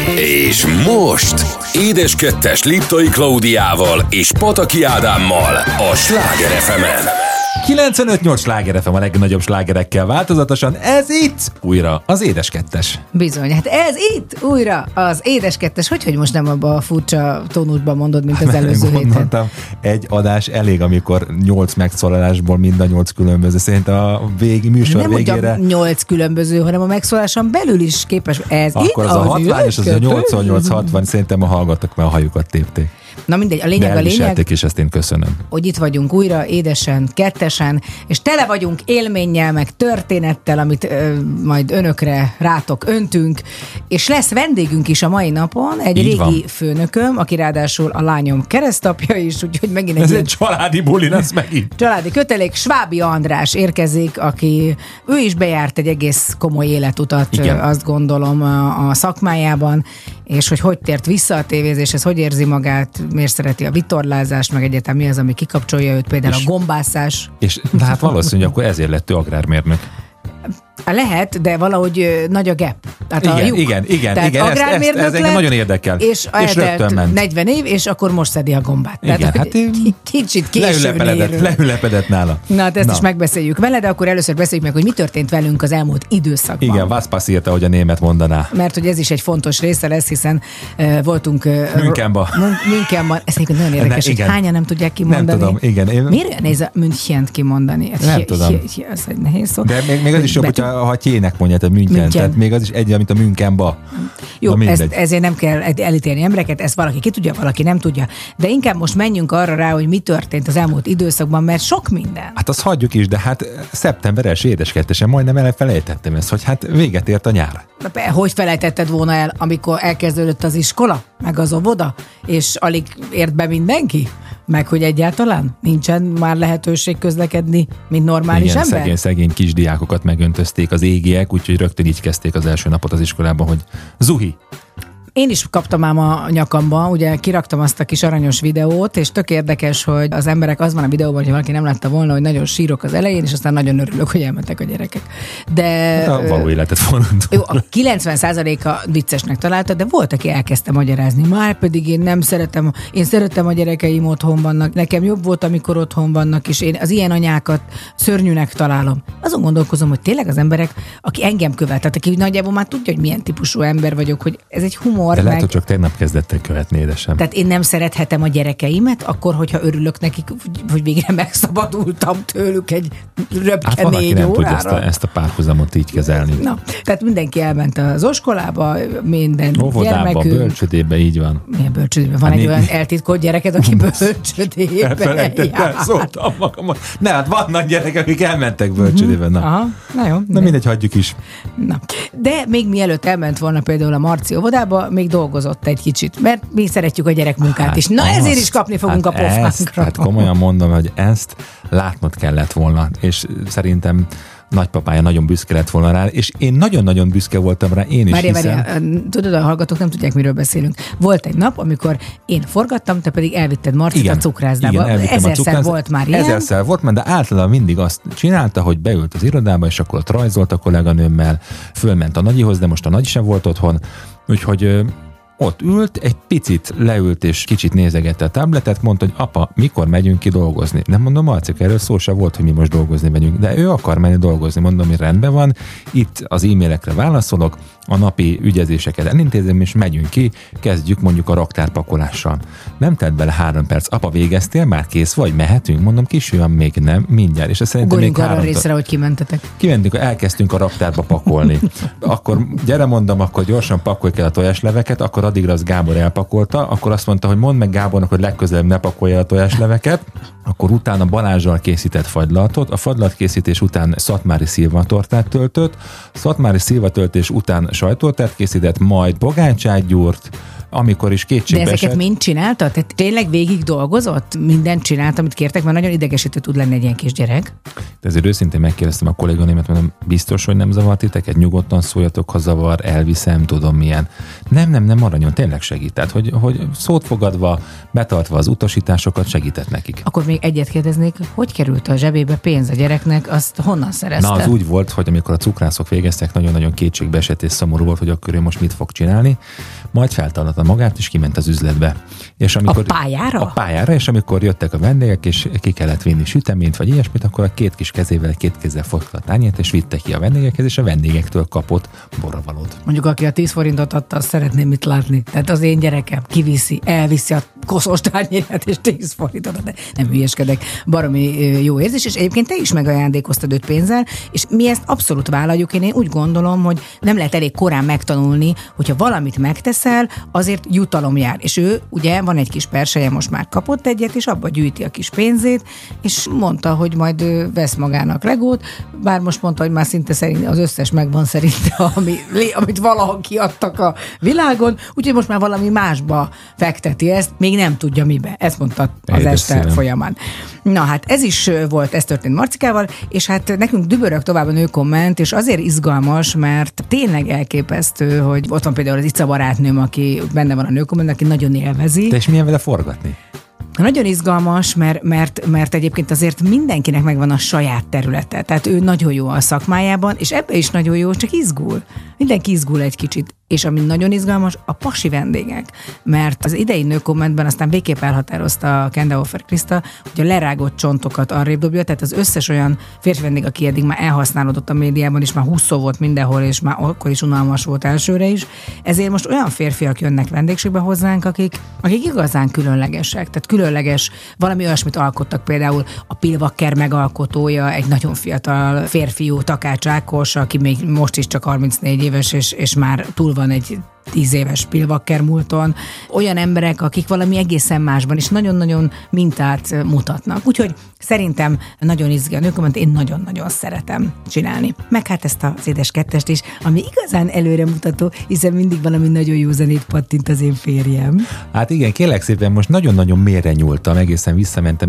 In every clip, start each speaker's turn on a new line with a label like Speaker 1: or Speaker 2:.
Speaker 1: És most Édes Kettes Liptai Klaudiával és Pataki Ádámmal a Sláger FM-en.
Speaker 2: 95-8 Sláger FM a legnagyobb slágerekkel változatosan. Ez itt újra az Édes Kettes.
Speaker 3: Bizony, hát ez itt újra az Édes Kettes. Hogy most nem abba a furcsa tónusban mondod, mint az előző héten?
Speaker 2: Mondtam, egy adás elég, amikor 8 megszólalásból mind a 8 különböző. Szerintem a műsor
Speaker 3: nem
Speaker 2: végére...
Speaker 3: Nem 8 különböző, hanem a megszóláson belül is képes. Ez
Speaker 2: akkor
Speaker 3: itt
Speaker 2: az a 60 és az a 88-60, szerintem a hallgatók, mert a hajukat tépték.
Speaker 3: Na mindegy, a lényeg,
Speaker 2: és ezt én köszönöm.
Speaker 3: hogy itt vagyunk újra, édesen, kettesen, és tele vagyunk élménnyel, meg történettel, amit majd önökre rátok öntünk, és lesz vendégünk is a mai napon, egy
Speaker 2: így
Speaker 3: régi
Speaker 2: van.
Speaker 3: főnököm, aki ráadásul a lányom keresztapja is, úgyhogy megint
Speaker 2: Ez egy családi buli lesz megint.
Speaker 3: családi kötelék. Svábi András érkezik, aki ő is bejárt egy egész komoly életutat,
Speaker 2: Igen.
Speaker 3: azt gondolom a szakmájában, és hogy tért vissza a tévézéshez, hogy érzi magát, miért szereti a vitorlázást, meg egyáltalán mi az, ami kikapcsolja őt, például
Speaker 2: És-
Speaker 3: a gombászás.
Speaker 2: És de hát valószínűleg akkor ezért lett ő agrármérnök.
Speaker 3: Lehet, de valahogy nagy a gap. Tehát a lyuk.
Speaker 2: Igen,
Speaker 3: Tehát agrármérnök
Speaker 2: ez engem
Speaker 3: lett,
Speaker 2: nagyon érdekel.
Speaker 3: És
Speaker 2: rögtön
Speaker 3: eltelt
Speaker 2: ment.
Speaker 3: 40 év, és akkor most szedi a gombát.
Speaker 2: Igen,
Speaker 3: Tehát,
Speaker 2: hát
Speaker 3: kicsit későn érő.
Speaker 2: leülepedett nála.
Speaker 3: Na, hát ezt is megbeszéljük vele, de akkor először beszéljük meg, hogy mi történt velünk az elmúlt időszakban.
Speaker 2: Igen, was passiert, ahogy a német mondaná.
Speaker 3: Mert hogy ez is egy fontos része lesz, hiszen voltunk...
Speaker 2: Münchenba.
Speaker 3: Münchenban. Ez egyébként nagyon érdekes, hogy
Speaker 2: igen.
Speaker 3: hányan nem tudják kimondani.
Speaker 2: Nem tudom, igen.
Speaker 3: Miért olyan nehéz a Münchent kimondani? Ez
Speaker 2: Nem tudom.
Speaker 3: Ez egy nehéz szó.
Speaker 2: De még az is jobb, ha tjének mondja, tehát München.
Speaker 3: München.
Speaker 2: Tehát még az is egy, mint a Münchenba.
Speaker 3: Jó,
Speaker 2: Na, mindegy.
Speaker 3: ezért nem kell elítélni embereket, ezt valaki ki tudja, valaki nem tudja. De inkább most menjünk arra rá, hogy mi történt az elmúlt időszakban, mert sok minden.
Speaker 2: Hát azt hagyjuk is, de hát szeptember 1. Édes Kettesen majdnem elfelejtettem ezt, hogy hát véget ért a nyár.
Speaker 3: Hogy felejtetted volna el, amikor elkezdődött az iskola, meg az óvoda, és alig ért be mindenki? Meg hogy egyáltalán nincsen már lehetőség közlekedni, mint normális
Speaker 2: Igen,
Speaker 3: ember?
Speaker 2: szegény kisdiákokat megöntözték az égiek, úgyhogy rögtön így kezdték az első napot az iskolában, hogy zuhi.
Speaker 3: Én is kaptam ám a nyakamba, ugye kiraktam azt a kis aranyos videót, és tök érdekes, hogy az emberek, az van a videóban, hogy valaki nem látta volna, hogy nagyon sírok az elején, és aztán nagyon örülök, hogy elmentek a gyerekek. De
Speaker 2: A való életet fordult.
Speaker 3: jó, a 90%-a viccesnek találta, de volt, aki elkezdte magyarázni. Már pedig én szeretem a gyerekeim otthon vannak, nekem jobb volt, amikor otthon vannak, és én az ilyen anyákat szörnyűnek találom. Azon gondolkozom, hogy tényleg az emberek, aki engem követ, tehát aki nagyjából már tudja, hogy milyen típusú ember vagyok, hogy ez egy humor.
Speaker 2: De lehet, hogy csak tegnap kezdettek követni, édesem.
Speaker 3: Tehát én nem szerethetem a gyerekeimet, akkor, hogyha örülök nekik, hogy végre megszabadultam tőlük egy röpke
Speaker 2: Hát van, aki
Speaker 3: 4
Speaker 2: nem tudja
Speaker 3: órára.
Speaker 2: ezt a párhuzamot így kezelni.
Speaker 3: Na, tehát mindenki elment az oskolába, minden
Speaker 2: Óvodába,
Speaker 3: gyermekünk.
Speaker 2: bölcsödébe, így van.
Speaker 3: Milyen bölcsödében? Van
Speaker 2: Hát
Speaker 3: egy
Speaker 2: mi-
Speaker 3: olyan eltitkolt gyereket, aki bölcsödébe
Speaker 2: Elfelejtettem,
Speaker 3: jár.
Speaker 2: szóltam magamon. Ne, hát vannak gyerekek, akik elmentek bölcsödébe. Na.
Speaker 3: Aha, na jó.
Speaker 2: Na mindegy, hagyjuk is.
Speaker 3: Na. De még mielőtt elment volna például a Marci óvodába, még dolgozott egy kicsit, mert mi szeretjük a gyerekmunkát is. Na ezért is kapni fogunk a pofánkra.
Speaker 2: Hát komolyan mondom, hogy ezt látnod kellett volna, és szerintem nagypapája nagyon büszke lett volna rá, és én nagyon-nagyon büszke voltam rá, én is
Speaker 3: Várjál, tudod, a hallgatók nem tudják, miről beszélünk. Volt egy nap, amikor én forgattam, te pedig elvitted Marcit a cukrászdába.
Speaker 2: Igen, elvittem a
Speaker 3: Ezerszer
Speaker 2: cukrászdába.
Speaker 3: volt már ilyen.
Speaker 2: Ezerszer volt már, de általában mindig azt csinálta, hogy beült az irodába, és akkor ott rajzolt a kolléganőmmel, fölment a nagyihoz, de most a nagy sem volt otthon, úgyhogy ott ült, egy picit leült és kicsit nézegette a tabletet, mondta, hogy apa, mikor megyünk ki dolgozni? Nem mondom, Marcik, erről szó sem volt, hogy mi most dolgozni megyünk, de ő akar menni dolgozni, mondom, hogy rendben van, itt az e-mailekre válaszolok, a napi ügyezéseket elintézem, és megyünk ki, kezdjük mondjuk a raktárpakolással. Nem telt bele 3 perc, apa, végeztél, már kész vagy, mehetünk? Mondom, kisfiam, még nem, mindjárt, és szerintem még
Speaker 3: Ugorjunk arra
Speaker 2: 3
Speaker 3: részre, hogy kimentetek.
Speaker 2: Kimentünk, elkezdtünk a raktárba pakolni. Akkor gyere, mondom, akkor gyorsan pakolj el a tojásleveket, akkor addigra az Gábor elpakolta, akkor azt mondta, hogy mondd meg Gábornak, hogy legközelebb ne pakolja a tojásleveket, akkor utána Balázsral készített fagylaltot, a fagylaltkészítés után szatmári szilvatortát töltött, szatmári szilvatöltés után sajttortát készített, majd pogácsát gyúrt, amikor is kétségbe
Speaker 3: De ezeket
Speaker 2: esett.
Speaker 3: mind csinálta? Tehát tényleg végig dolgozott? Mindent csinált, amit kértek, mert nagyon idegesítő tud lenni egy ilyen kisgyerek.
Speaker 2: De ezért őszintén megkérdeztem a kolléganőmet, mondom, biztos, hogy nem zavar titeket, nyugodtan szóljatok, ha zavar, elviszem, tudom milyen. Nem, aranyom, tényleg segít. Tehát, hogy szót fogadva, betartva az utasításokat segített nekik.
Speaker 3: Akkor még egyet kérdeznék, hogy került a zsebébe pénz a gyereknek, azt honnan szerezte?
Speaker 2: Na, az úgy volt, hogy amikor a cukrászok végeztek, nagyon-nagyon kétségbe esett és szomorú volt, hogy akkor ő most mit fog csinálni. Majd feltalálta magát, és kiment az üzletbe. És amikor,
Speaker 3: a pályára?
Speaker 2: A pályára, és amikor jöttek a vendégek, és ki kellett vinni süteményt, vagy ilyesmit, akkor a két kis kezével, két kézzel fogta a tányért, és vitte ki a vendégekhez, és a vendégektől kapott borravalót.
Speaker 3: Mondjuk, aki a 10 forintot adta, azt szeretném mit látni. Tehát az én gyerekem elviszi a koszos tányérját, és 10 forintot ad. Nem hülyeskedek. Baromi jó érzés, és egyébként te is megajándékoztad őt pénzzel, és mi ezt abszolút vállaljuk. Én úgy gondolom, hogy nem lehet elég korán megtanulni, hogyha valamit megteszel, azért jutalom jár. És ő, ugye, van egy kis perseje, most már kapott egyet, és abba gyűjti a kis pénzét, és mondta, hogy majd vesz magának Legót, bár most mondta, hogy már szinte szerint az összes megvan szerinte, amit valaha kiadtak a világon, úgyhogy most már valami másba fekteti ezt, még nem tudja mibe. Ezt mondta az este folyamán. Na hát ez is volt, ez történt Marcikával, és hát nekünk dübörög tovább a nőkomment, és azért izgalmas, mert tényleg elképesztő, hogy ott van például az Ica barátnőm, aki benne van a nőkommentben, aki nagyon élvezi.
Speaker 2: De és milyen vele forgatni?
Speaker 3: Nagyon izgalmas, mert egyébként azért mindenkinek megvan a saját területe. Tehát ő nagyon jó a szakmájában, és ebbe is nagyon jó, csak izgul. Mindenki izgul egy kicsit. És ami nagyon izgalmas, a pasi vendégek. Mert az idei nőkommentben aztán végképp elhatározta a Kendehofer Kriszta, hogy a lerágott csontokat arrébb dobja, tehát az összes olyan férfi vendég, aki eddig már elhasználódott a médiában, és már 20 volt mindenhol, és már akkor is unalmas volt elsőre is. Ezért most olyan férfiak jönnek vendégségbe hozzánk, akik igazán különlegesek. Tehát különleges, valami olyasmit alkottak, például a Pilvakker megalkotója, egy nagyon fiatal férfiú, Takács Ákos, aki még most is csak 34 éves, és már túl van egy 10 éves Pilvakker múlton. Olyan emberek, akik valami egészen másban, és nagyon-nagyon mintát mutatnak. Úgyhogy szerintem nagyon izgi a nőkomment, én nagyon-nagyon szeretem csinálni. Meg hát ezt az édes kettest is, ami igazán előremutató, hiszen mindig valami nagyon jó zenét pattint az én férjem.
Speaker 2: Hát igen, kérlek szépen, most nagyon-nagyon mélyre nyúltam, egészen visszamentem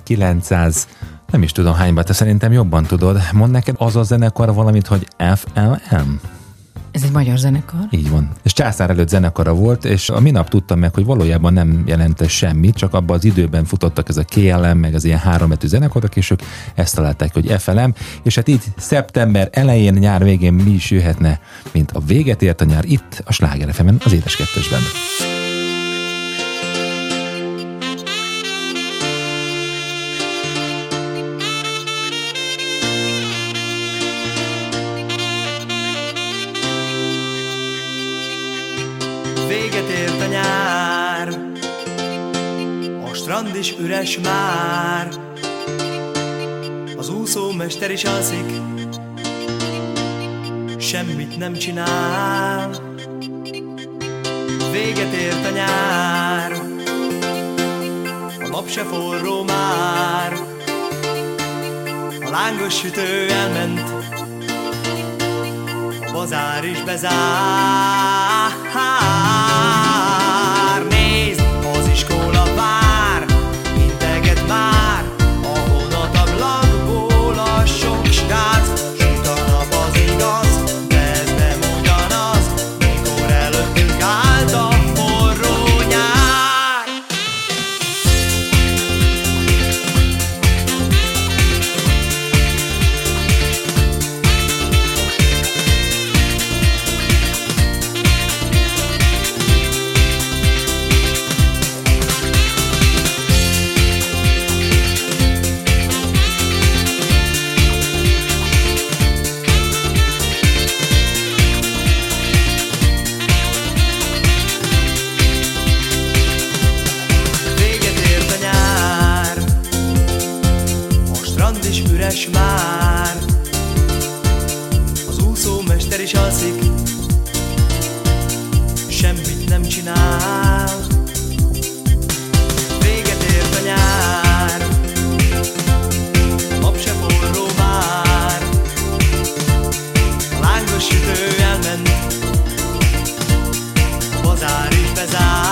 Speaker 2: 1900, nem is tudom hányba, te szerintem jobban tudod. Mondd neked az a zenekar valamit, hogy FLM?
Speaker 3: Ez egy magyar zenekar?
Speaker 2: Így van. És Császár előtt zenekara volt, és a minap tudtam meg, hogy valójában nem jelente semmit, csak abban az időben futottak ez a KLM, meg az ilyen 3 betű zenekarok, és ők ezt találták, hogy FLM, és hát így szeptember elején, nyár végén mi is jöhetne, mint a véget ért a nyár itt, a Sláger FM-en, az édes kettesben.
Speaker 4: Véget ért a nyár, a strand is üres már, az úszómester is alszik, semmit nem csinál. Véget ért a nyár, a nap se forró már, a lángos sütő elment, a bazár is bezár. Nézd, az iskola vár, integet már a honatablakból a sok srác. Süt a nap, az igaz, de ez nem ugyanaz, mikor előttünk állt a forró nyár. Üres már, az úszómester is alszik, semmit nem csinál. Véget ért a nyár, a nap se forró már, a lángos sütő elment, a bazár is bezár.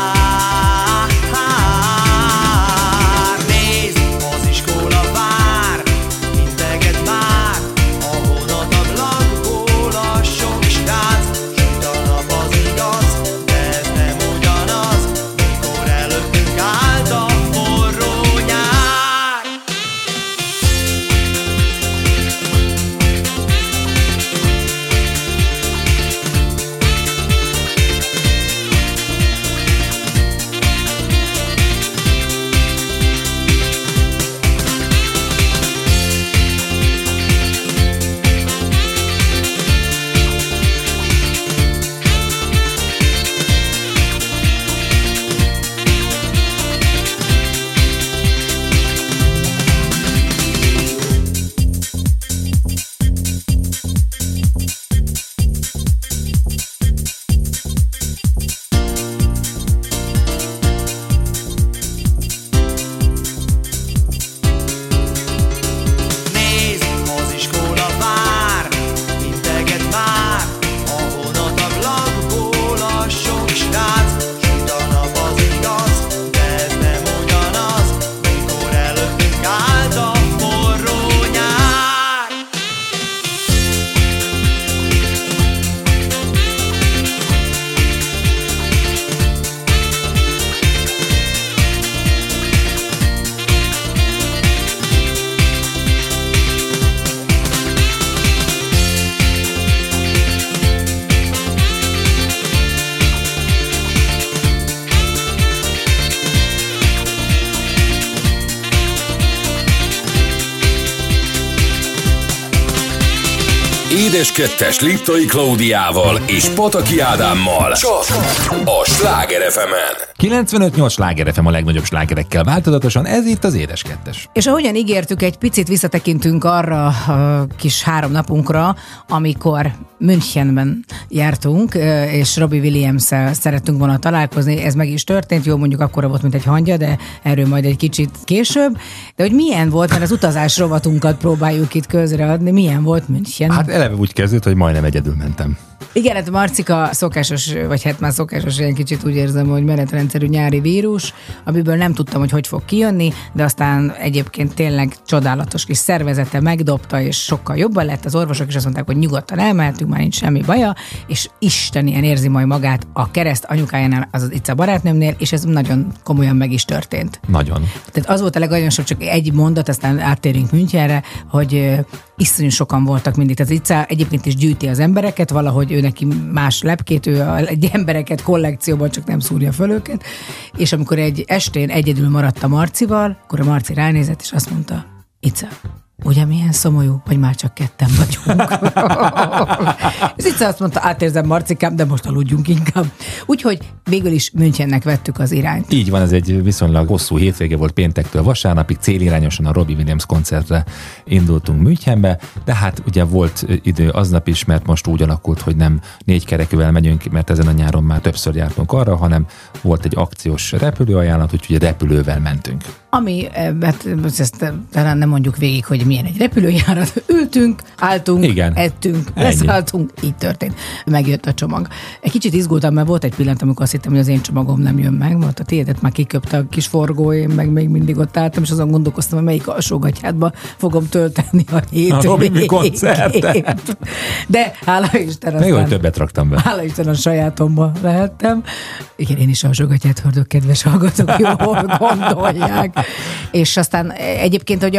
Speaker 1: Édes Kettes Liptai Klaudiával és Pataki Ádámmal csak a Sláger FM-en.
Speaker 2: 95-8 Sláger FM a legnagyobb slágerekkel változatosan, ez itt az Édes Kettes.
Speaker 3: És ahogyan ígértük, egy picit visszatekintünk arra a kis 3 napunkra, amikor Münchenben jártunk, és Robbie Williams-szel szerettünk volna találkozni, ez meg is történt, jó, mondjuk akkora volt, mint egy hangya, de erről majd egy kicsit később. De hogy milyen volt, mert az utazás rovatunkat próbáljuk itt közreadni, milyen volt München?
Speaker 2: Hát eleve úgy kezdődött, hogy majdnem egyedül mentem.
Speaker 3: Igen, hát Marcika szokásos, vagy hát már szokásos, ilyen kicsit úgy érzem, hogy menetrendszerű nyári vírus, amiből nem tudtam, hogy fog kijönni, de aztán egyébként tényleg csodálatos kis szervezete megdobta, és sokkal jobban lett. Az orvosok is azt mondták, hogy nyugodtan elmehetünk, már nincs semmi baja, és Isten ilyen érzi majd magát a kereszt anyukájánál, azaz itt a barátnőmnél, és ez nagyon komolyan meg is történt.
Speaker 2: Nagyon.
Speaker 3: Tehát az volt a legagyanyosabb, csak egy mondat, aztán áttérünk Münchenre, hogy iszonyú sokan voltak mindig. Tehát Ica egyébként is gyűjti az embereket, valahogy ő neki más lepkét, ő egy embereket kollekcióban csak nem szúrja föl őket, és amikor egy estén egyedül maradt a Marcival, akkor a Marci ránézett, és azt mondta, Ica, ugye milyen szomorú, hogy már csak ketten vagyunk. És Ica azt mondta, átérzem Marcikám, de most aludjunk inkább. Úgyhogy végül is Münchennek vettük az irányt.
Speaker 2: Így van, ez egy viszonylag hosszú hétvége volt péntektől vasárnapig, célirányosan a Robbie Williams koncertre indultunk Münchenbe, de hát ugye volt idő aznap is, mert most úgy alakult, hogy nem 4 kerekűvel megyünk, mert ezen a nyáron már többször jártunk arra, hanem volt egy akciós repülőajánlat, úgyhogy repülővel mentünk.
Speaker 3: Ami, hát ezt talán nem mondjuk végig, hogy milyen egy repülőjárat. Ültünk, álltunk, igen, ettünk, leszálltunk, így történt. Megjött a csomag. Egy kicsit izgultam, mert volt egy pillanat, amikor azt hittem, hogy az én csomagom nem jön meg, mert a tiédet már kiköpte a kis forgó, én meg még mindig ott álltam, és azon gondolkoztam, hogy melyik alsógatyádba fogom tölteni a
Speaker 2: Robbie koncertet.
Speaker 3: De hála Isten,
Speaker 2: még hogy többet raktam be.
Speaker 3: Hála Isten, a sajátomba lehettem. Igen, én is alsógatyát hordok, kedves hallgatók, jól gondolják. És aztán egyébként, hogy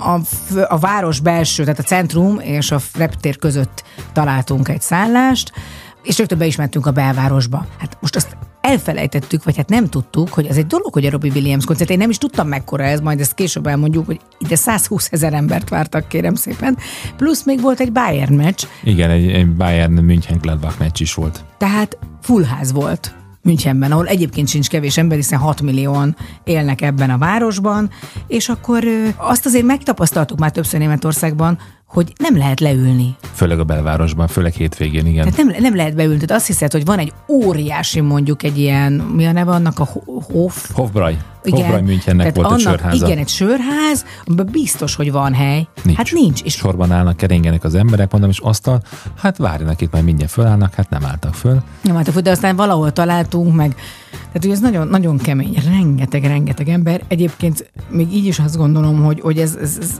Speaker 3: a város belső, tehát a centrum és a reptér között találtunk egy szállást, és rögtön be is mentünk a belvárosba. Hát most azt elfelejtettük, vagy hát nem tudtuk, hogy az egy dolog, hogy a Robbie Williams koncert. Én nem is tudtam mekkora ez, majd ezt később elmondjuk, hogy ide 120 000 embert vártak, kérem szépen. Plusz még volt egy Bayern meccs.
Speaker 2: Igen, egy Bayern München-Gladbach meccs is volt.
Speaker 3: Tehát full ház volt Münchenben, ahol egyébként sincs kevés ember, hiszen 6 millióan élnek ebben a városban, és akkor azt azért megtapasztaltuk már többször Németországban, hogy nem lehet leülni.
Speaker 2: Főleg a belvárosban, főleg hétvégén, igen.
Speaker 3: Tehát nem lehet beülni. Tehát azt hiszed, hogy van egy óriási, mondjuk egy ilyen, mi a neve annak, a
Speaker 2: Hofbräu. Hofbräu Münchennek volt egy sörháza.
Speaker 3: Igen, egy sörház, amiben biztos, hogy van hely.
Speaker 2: Nincs.
Speaker 3: Hát nincs. És
Speaker 2: sorban állnak, kerengenek az emberek, mondom, és asztal, hát várjanak itt, majd mindjárt fölállnak, hát nem álltak föl.
Speaker 3: Nem álltak föl, de aztán valahol találtunk meg. Tehát, hogy ez nagyon, nagyon kemény, rengeteg ember. Egyébként még így is azt gondolom, hogy ez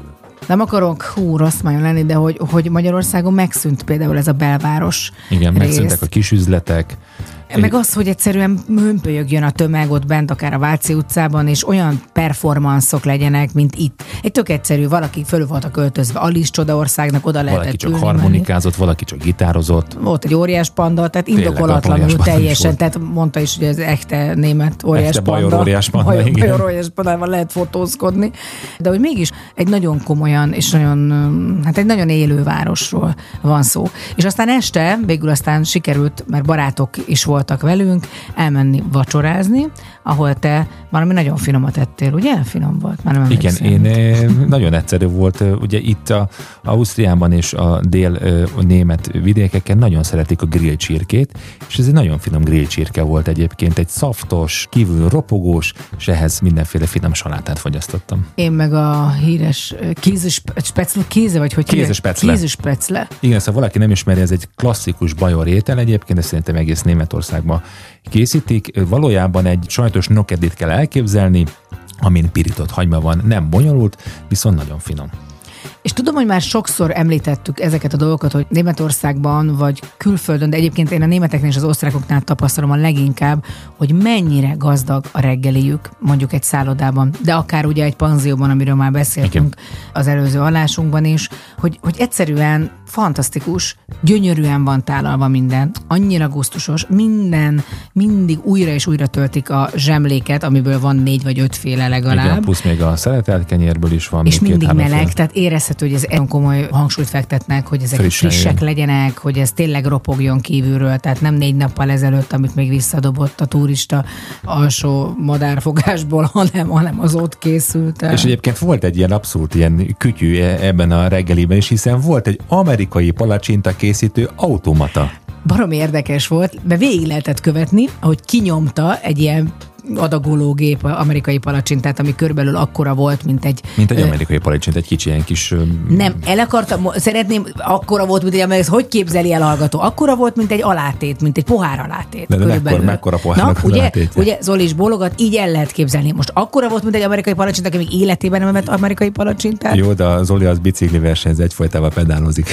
Speaker 3: nem akarok rossz májon lenni, de hogy Magyarországon megszűnt például ez a belváros.
Speaker 2: Igen, megszűntek a kisüzletek.
Speaker 3: Meg az, hogy egyszerűen hömpölyögjön a tömeg ott bent, akár a Váci utcában, és olyan performanszok legyenek, mint itt. Egy tök egyszerű, valaki föl volt költözve Alice Csodaországnak, oda lehetett
Speaker 2: valaki csak harmonikázott, valaki csak gitározott. Volt
Speaker 3: egy óriás panda, tehát indokolatlanul teljesen, tehát mondta is, hogy ez echte német óriás panda.
Speaker 2: Bajor óriás panda, igen.
Speaker 3: Bajor óriás pandával lehet fotózkodni. De hogy mégis egy nagyon komolyan, és nagyon, hát egy nagyon élő városról van szó. És aztán este, végül aztán sikerült, mert barátok is voltak velünk, elmenni vacsorázni, ahol te valami nagyon finomat ettél, ugye? Finom volt, már nem emlékszem.
Speaker 2: Igen, én nagyon egyszerű volt. Ugye itt Ausztriában és a dél-német vidékeken nagyon szeretik a grillcsirkét, és ez egy nagyon finom grillcsirke volt egyébként. Egy szaftos, kívül ropogós, és ehhez mindenféle finom salátát fogyasztottam.
Speaker 3: Én meg a híres Käsespätzle, vagy hogy Käsespätzle.
Speaker 2: Igen, szóval valaki nem ismeri, ez egy klasszikus bajor étel egyébként, de szerintem egész Németországban készítik. Valójában egy sajtos nokedlit kell elképzelni, amin pirított hagyma van. Nem bonyolult, viszont nagyon finom.
Speaker 3: És tudom, hogy már sokszor említettük ezeket a dolgokat, hogy Németországban vagy külföldön, de egyébként én a németeknél és az osztrákoknál tapasztalom a leginkább, hogy mennyire gazdag a reggeliük, mondjuk egy szállodában, de akár ugye egy panzióban, amiről már beszéltünk az előző adásunkban is, hogy egyszerűen fantasztikus, gyönyörűen van tálalva minden, annyira gusztusos, minden, mindig újra és újra töltik a zsemléket, amiből van 4 vagy 5 féle legalább.
Speaker 2: Igen, plusz még a szeletelt kenyérből is van.
Speaker 3: És mindig meleg,
Speaker 2: fél.
Speaker 3: tehát érezhető, hogy ez nagyon komoly hangsúlyt fektetnek, hogy ezek frissek legyenek, hogy ez tényleg ropogjon kívülről, tehát nem 4 nappal ezelőtt, amit még visszadobott a turista alsó madárfogásból, hanem az ott készült.
Speaker 2: És egyébként volt egy ilyen abszolút ilyen kütyű ebben a reggeliben is, hiszen volt egy amerikai palacsinta készítő automata.
Speaker 3: Barom érdekes volt, mert végig lehetett követni, ahogy kinyomta egy ilyen adagológép amerikai palacsintát, ami körülbelül akkora volt, mint egy...
Speaker 2: Mint egy amerikai palacsint, egy kicsi ilyen kis...
Speaker 3: Nem, el akartam, szeretném, akkora volt, mint egy amerikai, hogy képzeli el a hallgató? Akkora volt, mint egy alátét, mint egy pohár alátét.
Speaker 2: De mekkora pohárnak alátétje?
Speaker 3: Ugye Zoli is bólogat, így el lehet képzelni. Most akkora volt, mint egy amerikai palacsint, aki még életében nem evett amerikai palacsintát.
Speaker 2: Jó, de a Zoli az bicikli versenyz, egyfolytában pedálozik.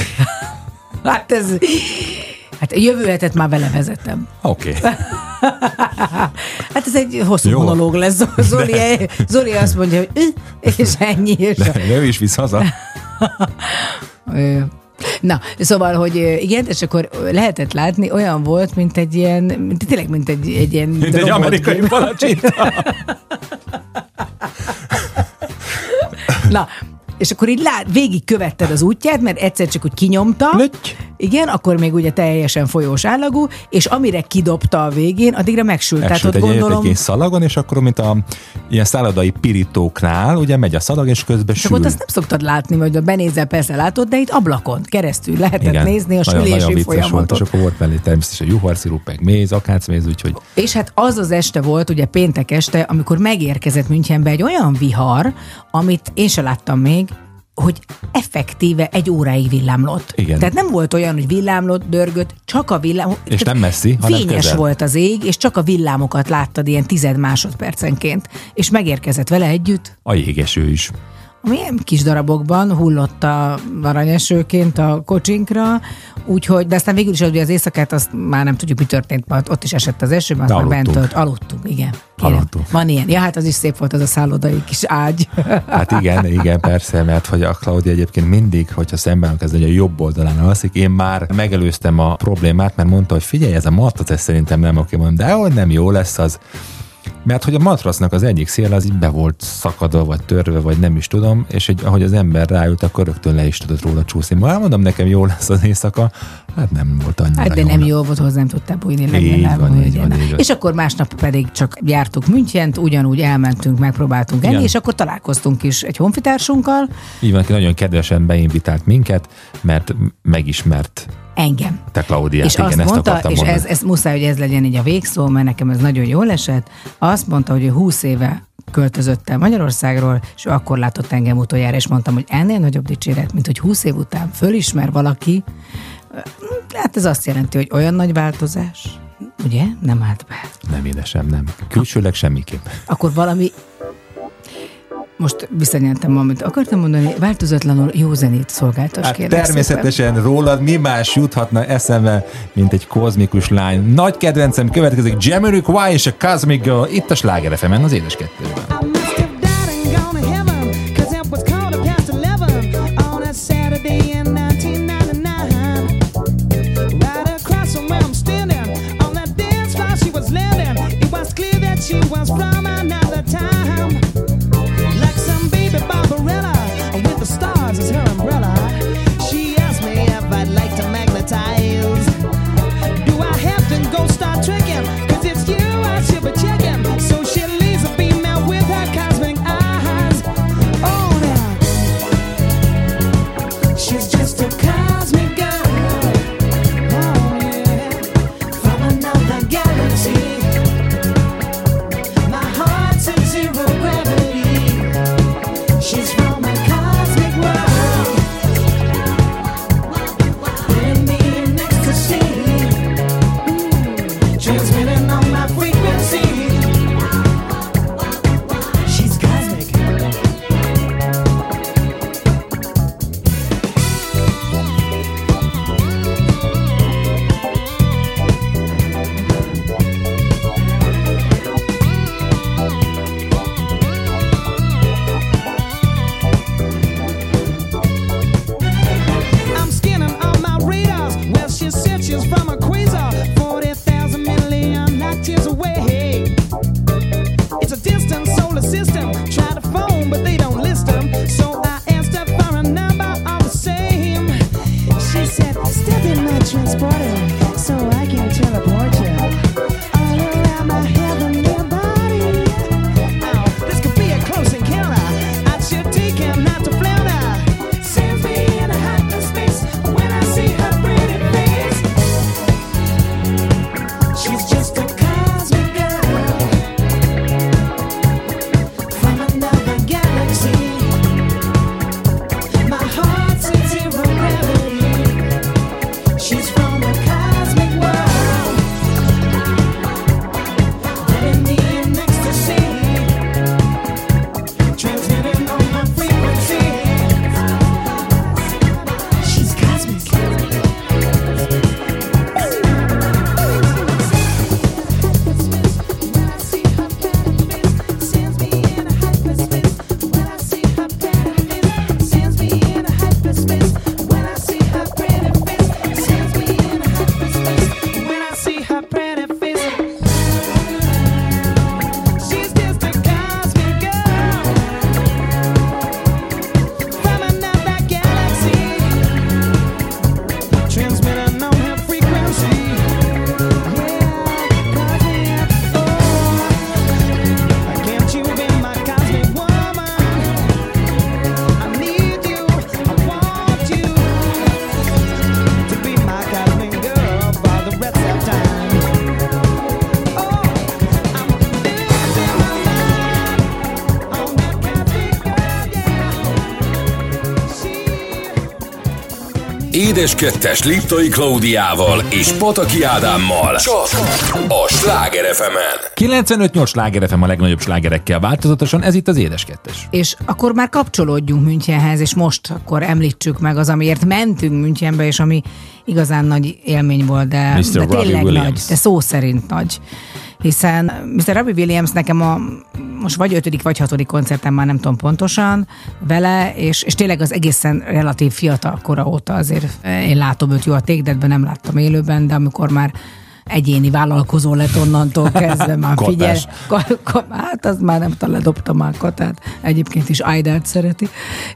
Speaker 3: Hát jövő hetet már vele vezetem.
Speaker 2: Oké.
Speaker 3: Hát ez egy hosszú monológ lesz. Zoli azt mondja, hogy és ennyi. És
Speaker 2: ő is visz haza.
Speaker 3: Na, szóval, hogy igen, és akkor lehetett látni, olyan volt, mint egy ilyen, tényleg, mint egy ilyen...
Speaker 2: Mint egy amerikai palacsinta.
Speaker 3: Na, és akkor így végig követted az útját, mert egyszer csak úgy kinyomta. Igen, akkor még ugye teljesen folyós állagú, és amire kidobta a végén, addigra megsült. Tehát ott gondolom...
Speaker 2: egy szalagon, és akkor, mint a ilyen szállodai pirítóknál, ugye megy a szalag, és közben sül.
Speaker 3: Csak ott azt nem szoktad látni, hogy benézel, persze látod, de itt ablakon keresztül lehetett nézni a sülési folyamatot.
Speaker 2: Volt, és akkor volt mellé természetesen juharszirup, meg méz, akácméz, úgyhogy...
Speaker 3: És hát az este volt, ugye péntek este, amikor megérkezett Münchenbe egy olyan vihar, amit én se láttam még, hogy effektíve 1 óráig villámlott.
Speaker 2: Igen.
Speaker 3: Tehát nem volt olyan, hogy villámlott, dörgött, csak a villám...
Speaker 2: És nem messzi, hanem
Speaker 3: fényes
Speaker 2: közel.
Speaker 3: volt az ég, és csak a villámokat láttad ilyen 10 másodpercenként. És megérkezett vele együtt
Speaker 2: a jégeső is.
Speaker 3: Milyen kis darabokban hullott a aranyesőként a kocsinkra, úgyhogy, de aztán végül is az éjszakát azt már nem tudjuk, mi történt, mert ott is esett az eső, mert már bent volt. Aludtunk, igen.
Speaker 2: Aludtunk.
Speaker 3: Van ilyen. Ja, hát az is szép volt, az a szállodai kis ágy.
Speaker 2: Hát igen, persze, mert hogy a Klaudia egyébként mindig, hogyha szemben kezd, hogy a jobb oldalán alszik, én már megelőztem a problémát, mert mondta, hogy figyelj, ez a matrac, ez szerintem nem oké, mondom, de hogy nem jó lesz az. Mert hogy a matracnak az egyik szél az így be volt szakadva, vagy törve, vagy nem is tudom, és ahogy az ember ráült, akkor rögtön le is tudott róla csúszni. Ma elmondom, nekem jó lesz az éjszaka, hát nem volt annyira
Speaker 3: hát de
Speaker 2: jó.
Speaker 3: Nem jó volt, hozzá nem tudtál bújni.
Speaker 2: Így van.
Speaker 3: És akkor másnap pedig csak jártuk Münchent, ugyanúgy elmentünk, megpróbáltunk enni, és akkor találkoztunk is egy honfitársunkkal.
Speaker 2: Így van, aki nagyon kedvesen beinvitált minket, mert megismert
Speaker 3: engem.
Speaker 2: Te Klaudiát,
Speaker 3: és
Speaker 2: igen,
Speaker 3: azt
Speaker 2: ezt
Speaker 3: mondta,
Speaker 2: akartam
Speaker 3: és
Speaker 2: mondani.
Speaker 3: ez muszáj, hogy ez legyen így a végszó, mert nekem ez nagyon jól esett. Azt mondta, hogy ő 20 éve költözött el Magyarországról, és ő akkor látott engem utoljára, és mondtam, hogy ennél nagyobb dicséret, mint hogy 20 év után fölismer valaki. Hát ez azt jelenti, hogy olyan nagy változás, ugye? Nem állt be.
Speaker 2: Nem, édesem, nem. Külsőleg semmiképp.
Speaker 3: Akkor valami... Most visszanyeltem, amit akartam mondani, változatlanul jó zenét szolgáltass,
Speaker 2: Hát
Speaker 3: kérlek
Speaker 2: természetesen
Speaker 3: szépen.
Speaker 2: Rólad mi más juthatna eszembe, mint egy kozmikus lány. Nagy kedvencem következik Jamiroquai és a Cosmic Girl itt a Sláger FM-en az Édes Kettőben.
Speaker 5: She was from another time, like some baby Barbarella with the stars as her umbrella. She asked me if I'd like to magnetize. Do I have to go start tricking? 'Cause it's you I should be checking. So she leaves a female with her cosmic eyes. Oh, now she's just a cosmic girl. Oh, yeah, from another galaxy. My light years away. It's a distant solar system. Try to phone, but they don't list them. So I asked her for a number all the same. She said, step in my transporter so I can teleport you all around my heavenly body. Oh, this could be a close encounter. I should take him not to flounder. Sends me in a hyperspace when I see her pretty face. She's just a cosmic girl from another galaxy. My heart's in zero gravity. She's from a cosmic world, living me in ecstasy, transmitting on my frequency. She's cosmic. Sends me in a hyperspace when I see her pretty face. Sends me in a hyperspace when I see her pretty face. Sends me in a hyperspace when I see her pretty face. She's just a cosmic girl from another galaxy, transmitting on her frequency. Yeah, cosmic. Oh, can't you be my cosmic woman? I need you, I want you to be my cosmic girl for the rest of time. Oh, I'm losing my mind on that cosmic girl, yeah. She
Speaker 1: Édes Kettes Liptai Klaudiával és Pataki Ádámmal csak a Sláger FM-en.
Speaker 2: 95-8 Sláger FM a legnagyobb slágerekkel változatosan, ez itt az Édes Kettes.
Speaker 3: És akkor már kapcsolódjunk Münchenhez, és most akkor említsük meg az, amiért mentünk Münchenbe, és ami igazán nagy élmény volt, de
Speaker 2: Robbie
Speaker 3: tényleg
Speaker 2: Williams.
Speaker 3: nagy, de szó szerint nagy. Hiszen Mr. Robbie Williams nekem most vagy 5. vagy 6. koncertem, már nem tudom pontosan vele, és tényleg az egészen relatív fiatal kora óta azért én látom őt, jó, a Take That-ben nem láttam élőben, de amikor már egyéni vállalkozó lett onnantól kezdve, már figyel. Hát az már nem talán ledobta már Katát, egyébként is Aidát szereti,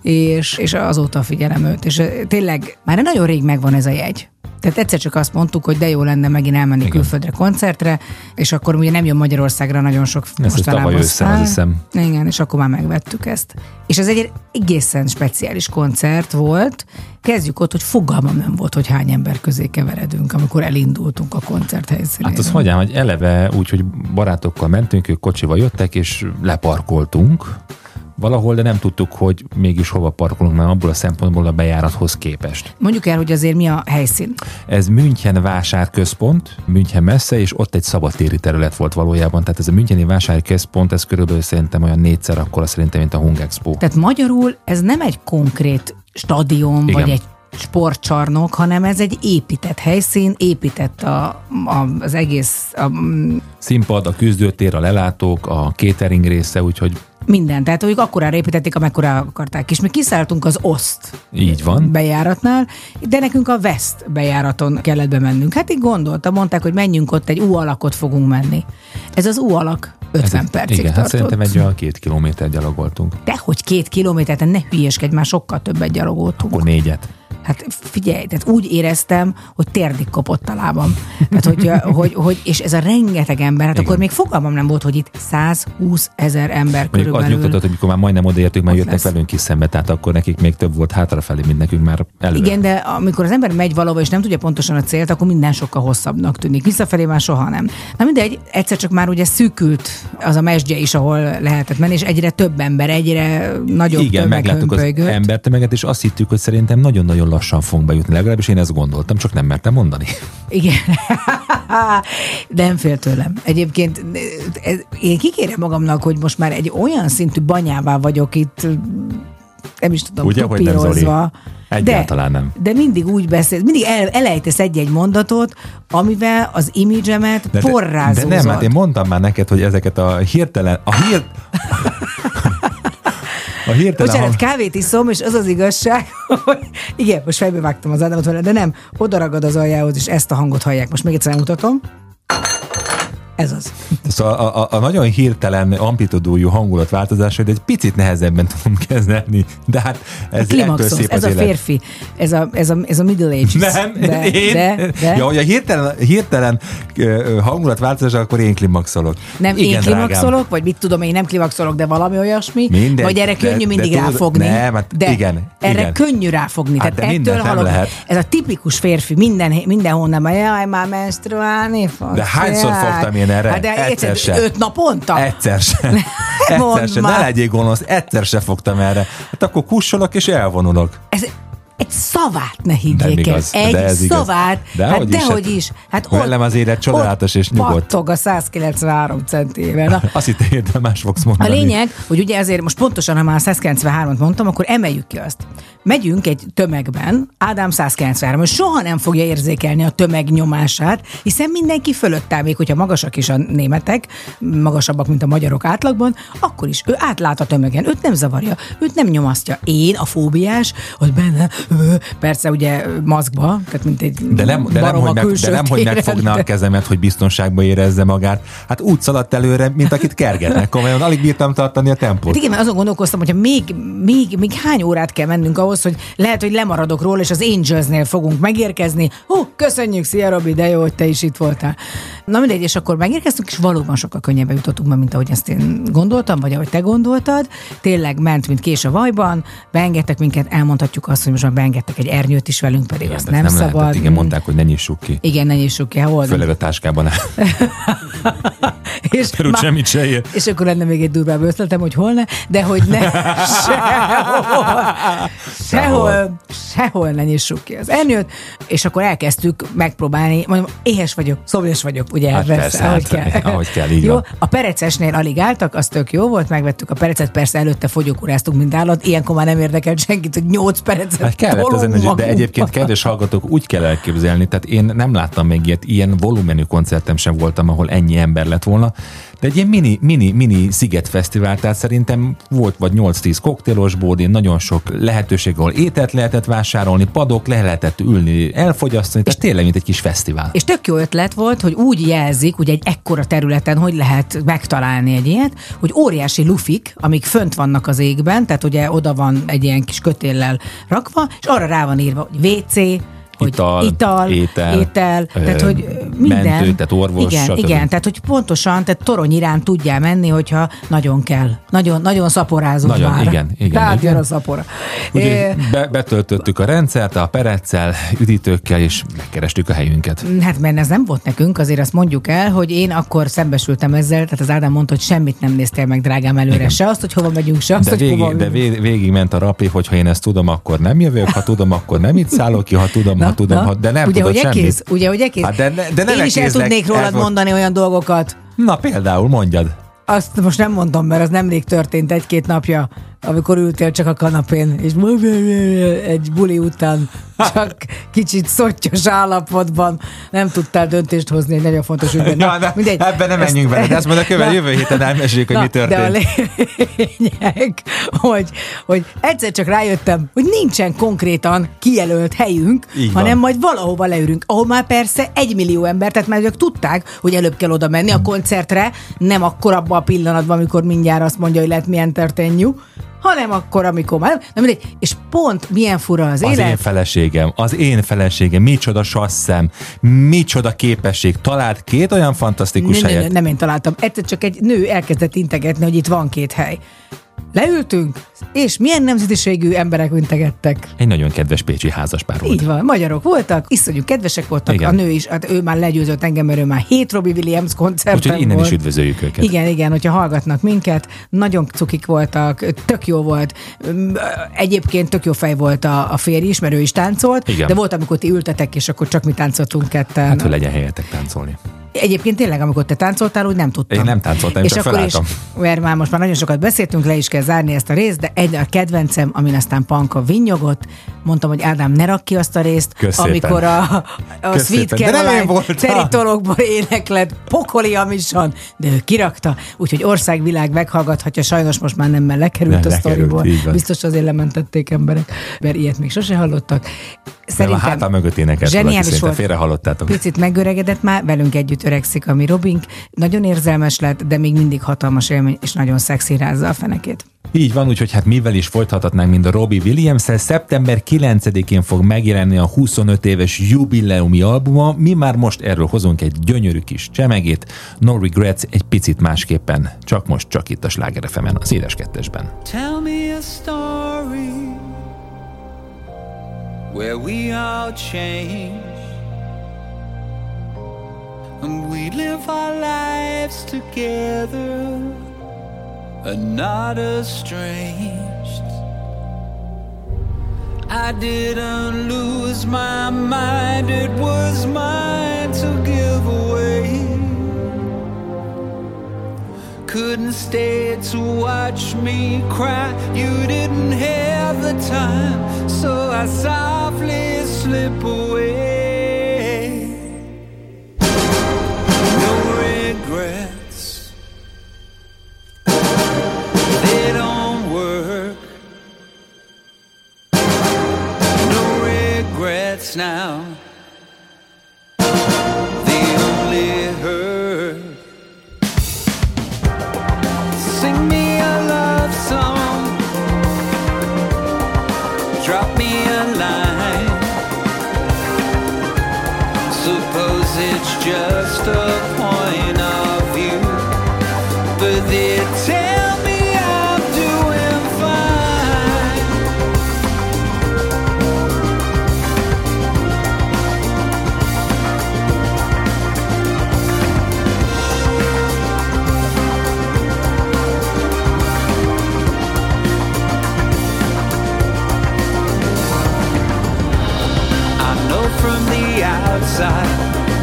Speaker 3: és azóta figyelem őt, és tényleg már nagyon rég megvan ez a jegy. Tehát egyszer csak azt mondtuk, hogy de jó lenne megint elmenni külföldre koncertre, és akkor ugye nem jön Magyarországra nagyon sok
Speaker 2: tavaly ősszel, azt hiszem.
Speaker 3: Igen, és akkor már megvettük ezt. És ez egy egészen speciális koncert volt. Kezdjük ott, hogy fogalmam nem volt, hogy hány ember közé keveredünk, amikor elindultunk a koncert helyszínére.
Speaker 2: Hát az hogyan, hogy eleve úgy, hogy barátokkal mentünk, ők kocsival jöttek, és leparkoltunk valahol, de nem tudtuk, hogy mégis hova parkolunk, mert abból a szempontból a bejárathoz képest.
Speaker 3: Mondjuk el, hogy azért mi a helyszín.
Speaker 2: Ez München vásárközpont, München messze, és ott egy szabadtéri terület volt valójában. Tehát ez a Müncheni vásárközpont, ez körülbelül szerintem olyan 4-szer akkora szerintem, mint a Hungexpo.
Speaker 3: Tehát magyarul ez nem egy konkrét stadion,
Speaker 2: igen,
Speaker 3: vagy egy sportcsarnok, hanem ez egy épített helyszín, épített az egész...
Speaker 2: Színpad, a küzdőtér, a lelátók, a catering része, úgyhogy
Speaker 3: minden. Tehát ők akkorára építették, amekkora akarták. És mi kiszálltunk az Oszt
Speaker 2: így van
Speaker 3: bejáratnál, de nekünk a West bejáraton kellett bemennünk. Hát így gondoltam, mondták, hogy menjünk ott, egy U-alakot fogunk menni. Ez az U-alak 50 percig
Speaker 2: igen,
Speaker 3: tartott.
Speaker 2: hát szerintem egy olyan 2 kilométer gyalogoltunk.
Speaker 3: Dehogy 2 kilométert, ne hülyeskedj, már sokkal többet gyalogoltunk.
Speaker 2: Akkor 4-et.
Speaker 3: Hát figyelj, tehát úgy éreztem, hogy térdig kopott a lábam. Tehát, hogy és ez a rengeteg ember, hát
Speaker 2: igen,
Speaker 3: akkor még fogalmam nem volt, hogy itt 120 000 ember körülbelül.
Speaker 2: Az nyugtatott, hogy mikor már majdnem odaértünk, már jöttek
Speaker 3: lesz
Speaker 2: velünk is szembe, tehát akkor nekik még több volt hátrafelé, mint nekünk már előre.
Speaker 3: Igen, de amikor az ember megy valahova, és nem tudja pontosan a célt, akkor minden sokkal hosszabbnak tűnik. Visszafelé már soha nem. Na mindegy, egyszer csak már ugye szűkült az a mesdje is, ahol lehetett menni, és egyre több ember, egyre nagyobb
Speaker 2: igen,
Speaker 3: tömeg
Speaker 2: megláttuk az
Speaker 3: hömpölygött.
Speaker 2: embertömeget, és azt hittük, hogy szerintem nagyon-nagyon lassan fogunk bejutni. Legalábbis én ezt gondoltam, csak nem mertem mondani.
Speaker 3: Igen. Nem fél tőlem. Egyébként én kikérem magamnak, hogy most már egy olyan szintű banyává vagyok itt, nem is tudom,
Speaker 2: ugye, hogy nem, Zoli? Egyáltalán nem.
Speaker 3: De mindig úgy beszélsz, mindig elejtesz egy-egy mondatot, amivel az imidzsemet porrázózod.
Speaker 2: De nem, hát én mondtam már neked, hogy ezeket a hirtelen...
Speaker 3: Bocsánat, kávét iszom, és az az igazság, hogy igen, most fejbe vágtam az Ádámot vele, de nem, oda ragad az aljához, és ezt a hangot hallják. Most még egyszer mutatom. Ez az.
Speaker 2: Szóval a nagyon hirtelen amplitudújú hangulatváltozásait egy picit nehezebben tudom kezelni, de hát ez ettől szép az
Speaker 3: ez
Speaker 2: élet.
Speaker 3: a férfi, ez a middle ages.
Speaker 2: Nem,
Speaker 3: de.
Speaker 2: Ja, hogy a hirtelen hangulatváltozás, akkor én klimaxolok.
Speaker 3: Nem,
Speaker 2: igen,
Speaker 3: én klimaxolok, vagy mit tudom, én nem klimaxolok, de valami olyasmi,
Speaker 2: mindegy,
Speaker 3: vagy erre könnyű mindig
Speaker 2: tudod,
Speaker 3: ráfogni.
Speaker 2: Nem, hát
Speaker 3: de
Speaker 2: igen,
Speaker 3: erre
Speaker 2: igen.
Speaker 3: könnyű ráfogni.
Speaker 2: Hát
Speaker 3: Tehát
Speaker 2: de
Speaker 3: ettől
Speaker 2: mindent nem
Speaker 3: hallom,
Speaker 2: lehet.
Speaker 3: ez a tipikus férfi, mindenhonnan, jaj, már menstruálni fogsz.
Speaker 2: De hányszor fogtam én erre?
Speaker 3: Hát de
Speaker 2: Egyszer sem.
Speaker 3: 5 naponta?
Speaker 2: Egyszer sem. Egyszer sem. Ne legyél gonosz, egyszer sem fogtam erre. Hát akkor kussolok és elvonulok.
Speaker 3: Ez egy szavát ne
Speaker 2: Nem
Speaker 3: higgyék el.
Speaker 2: igaz,
Speaker 3: Egy
Speaker 2: de ez igaz.
Speaker 3: szavát.
Speaker 2: Dehogy is,
Speaker 3: dehogy
Speaker 2: hát
Speaker 3: is. Hát
Speaker 2: velem az élet csodálatos és nyugodt.
Speaker 3: pattog a 193 centével. Na,
Speaker 2: Azt hittem, de más fogsz
Speaker 3: a
Speaker 2: mondani.
Speaker 3: lényeg, hogy ugye azért most pontosan, ha már 193-at mondtam, akkor emeljük ki azt. Megyünk egy tömegben, Ádám 193, és soha nem fogja érzékelni a tömeg nyomását, hiszen mindenki fölött áll, még hogyha magasak is a németek, magasabbak, mint a magyarok átlagban, akkor is ő átlát a tömegen, őt nem zavarja, őt nem nyomasztja. Én, a fóbiás, hogy benne, persze ugye maszkba, tehát mint egy
Speaker 2: De nem,
Speaker 3: barom a külső
Speaker 2: hogy
Speaker 3: téren,
Speaker 2: megfogna a
Speaker 3: de-
Speaker 2: kezemet, hogy biztonságban érezze magát. Hát úgy szaladt előre, mint akit kergetnek. Komolyan alig bírtam tartani a tempót.
Speaker 3: Hát igen, mert azon gondolkoztam, hogy még hány órát kell mennünk ahhoz, hogy lehet, hogy lemaradok róla, és az Angelsnél fogunk megérkezni. Köszönjük, szia Robi, de jó, hogy te is itt voltál. Na mindegy, és akkor megérkeztünk, és valóban sokkal könnyebben jutottunk be, mint ahogy ezt én gondoltam, vagy ahogy te gondoltad. Tényleg ment, mint kés a vajban, beengedtek minket, elmondhatjuk azt, hogy most már beengedtek egy ernyőt is velünk, pedig
Speaker 2: Igen,
Speaker 3: azt
Speaker 2: de ezt
Speaker 3: nem
Speaker 2: lehetett.
Speaker 3: szabad.
Speaker 2: Igen, mondták, hogy ne nyissuk ki.
Speaker 3: Igen, ne nyissuk ki, hol
Speaker 2: Főleg a táskában áll.
Speaker 3: és,
Speaker 2: Mert úgy semmit se ér.
Speaker 3: és akkor lenne még egy durvább ötletem, hogy hol ne, de hogy ne, sehol ne nyissuk ki az ernyőt, és akkor elkezdtük megpróbálni, mondom, éhes vagyok, szomjas vagyok, ugye,
Speaker 2: Hát persze, ahogy kell, így
Speaker 3: jó,
Speaker 2: van.
Speaker 3: a perecesnél alig álltak, az tök jó volt, megvettük a perecet, persze előtte fogyókúráztunk, mint állat, ilyenkor már nem érdekelt senkit, hogy 8 perecet
Speaker 2: Hát kellett
Speaker 3: tolunk
Speaker 2: az energia, de
Speaker 3: magunkba.
Speaker 2: egyébként kedves hallgatók, úgy kell elképzelni, tehát én nem láttam még ilyet, ilyen volumenű koncertem sem voltam, ahol ennyi ember lett volna, de egy ilyen mini szigetfesztivál, tehát szerintem volt vagy 8-10 koktélos bódén, nagyon sok lehetőség, ahol ételt lehetett vásárolni, padok, le lehetett ülni, elfogyasztani, tehát tényleg mint egy kis fesztivál.
Speaker 3: És tök jó ötlet volt, hogy úgy jelzik, ugye egy ekkora területen, hogy lehet megtalálni egy ilyet, hogy óriási lufik, amik fönt vannak az égben, tehát ugye oda van egy ilyen kis kötéllel rakva, és arra rá van írva, hogy WC, hogy ital, étel, tehát hogy minden.
Speaker 2: Mentő, tehát orvos,
Speaker 3: igen,
Speaker 2: stb.
Speaker 3: igen, tehát hogy pontosan, tehát torony iránt tudjál menni, hogyha nagyon kell. Nagyon szaporázunk
Speaker 2: Nagyon,
Speaker 3: már.
Speaker 2: igen.
Speaker 3: Tehát
Speaker 2: igen.
Speaker 3: jön a szapora.
Speaker 2: Ugye betöltöttük a rendszert, a pereccel, üdítőkkel, és megkerestük a helyünket.
Speaker 3: Hát mert ez nem volt nekünk, azért azt mondjuk el, hogy én akkor szembesültem ezzel, tehát az Ádám mondta, hogy semmit nem néztél meg, drágám, előre.
Speaker 2: Igen.
Speaker 3: Se azt, hogy hova megyünk, se azt, hogy hova
Speaker 2: Végig ment a rapi, hogy ha én ezt tudom, akkor nem jövök, ha tudom, akkor nem itt szállok ki, ha tudom, de nem
Speaker 3: ugye,
Speaker 2: tudod
Speaker 3: hogy
Speaker 2: semmit.
Speaker 3: Egész? Ugye, hogy egész?
Speaker 2: Hát de nem
Speaker 3: én is el
Speaker 2: egészleg,
Speaker 3: tudnék rólad
Speaker 2: el volt-
Speaker 3: mondani olyan dolgokat.
Speaker 2: Na például, mondjad.
Speaker 3: Azt most nem mondom, mert az nemrég történt 1-2 napja, amikor ültél csak a kanapén, és egy buli után csak kicsit szottyos állapotban nem tudtál döntést hozni egy nagyon fontos ügyben.
Speaker 2: Ja, ebben nem menjünk bele, de ezt majd a jövő héten elmeséljük, hogy mi történt.
Speaker 3: De a lényeg, hogy egyszer csak rájöttem, hogy nincsen konkrétan kijelölt helyünk,
Speaker 2: Így van.
Speaker 3: hanem majd valahova leülünk, ahol már persze 1 millió ember, tehát már ők tudták, hogy előbb kell oda menni a koncertre, nem akkor abban a pillanatban, amikor mindjárt azt mondja, hogy let me entertain you, hanem akkor, amikor már nem mindegy. És pont milyen fura az élet.
Speaker 2: Az én feleségem, micsoda sasszem, micsoda képesség, talált 2 olyan fantasztikus helyet.
Speaker 3: Nem én találtam. Egyszer csak egy nő elkezdett integetni, hogy itt van 2 hely. Leültünk, és milyen nemzetiségű emberek integettek.
Speaker 2: Egy nagyon kedves pécsi házaspár volt.
Speaker 3: Így van, magyarok voltak, iszonyú kedvesek voltak,
Speaker 2: Igen.
Speaker 3: a nő is, hát ő már legyőzött engem, mert ő már 7 Robbie Williams koncerten
Speaker 2: Úgyhogy innen
Speaker 3: volt.
Speaker 2: is üdvözöljük őket.
Speaker 3: Igen, hogyha hallgatnak minket, nagyon cukik voltak, tök jó volt. Egyébként tök jó fej volt a férj is, mert ő is táncolt,
Speaker 2: Igen.
Speaker 3: de volt, amikor ti ültetek, és akkor csak mi táncoltunk ketten.
Speaker 2: Hát, hogy legyen helyetek táncolni.
Speaker 3: Egyébként tényleg, amikor te táncoltál, úgy nem tudtam.
Speaker 2: Én nem táncoltam,
Speaker 3: és
Speaker 2: csak
Speaker 3: akkor is,
Speaker 2: felálltam.
Speaker 3: mert már most már nagyon sokat beszéltünk, le is kell zárni ezt a részt, de egy a kedvencem, amin aztán Panka vinnyogott, mondtam, hogy Ádám, ne rakj ki azt a részt,
Speaker 2: Kösz szépen.
Speaker 3: amikor a
Speaker 2: Kösz
Speaker 3: Sweet
Speaker 2: szépen. De nem én
Speaker 3: Caroline
Speaker 2: voltam.
Speaker 3: teritolókból éneklet, pokoli amisan, de ő kirakta, úgyhogy országvilág meghallgathatja, sajnos most már nem, mert lekerült a
Speaker 2: Lekerült,
Speaker 3: sztoriból.
Speaker 2: így van.
Speaker 3: Biztos azért lementették emberek, mert ilyet még sose hallottak.
Speaker 2: a háta mögött énekelt valaki,
Speaker 3: zseniális
Speaker 2: szinte
Speaker 3: volt.
Speaker 2: félre hallottátok.
Speaker 3: Picit megöregedett már, velünk együtt öregszik a mi Robink. Nagyon érzelmes lett, de még mindig hatalmas élmény, és nagyon szexi rázza a fenekét.
Speaker 2: Így van, úgyhogy hát mivel is folytathatnánk, mint a Robbie Williams-el. Szeptember 9-én fog megjelenni a 25 éves jubileumi albuma. Mi már most erről hozunk egy gyönyörű kis csemegét. No Regrets egy picit másképpen. Csak most, csak itt a Sláger FM-en, az Édes Kettesben.
Speaker 4: Tell me a story where we all change and we live our lives together and not estranged. I didn't lose my mind, it was mine to give away. Couldn't stay to watch me cry, you didn't have the time, so I softly slip away. No regrets, they don't work. No regrets now, they only hurt. Sing me a love song, drop me a line. Suppose it's just a point of view, but they tell me I'm doing fine. I know from the outside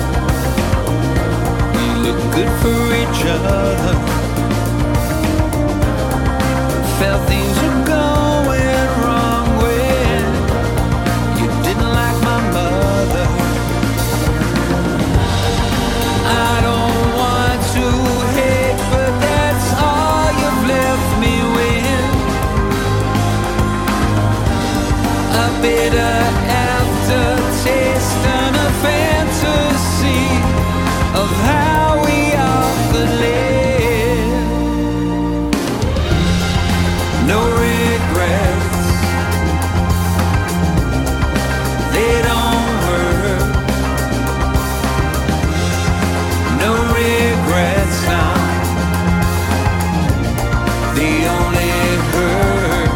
Speaker 4: we look good for each other. Felt things were going wrong when you didn't like my mother. I don't want to hate, but that's all you've left me with. A bitter aftertaste and a fantasy of how we all could live. No regrets, they don't hurt. No regrets now, they only hurt.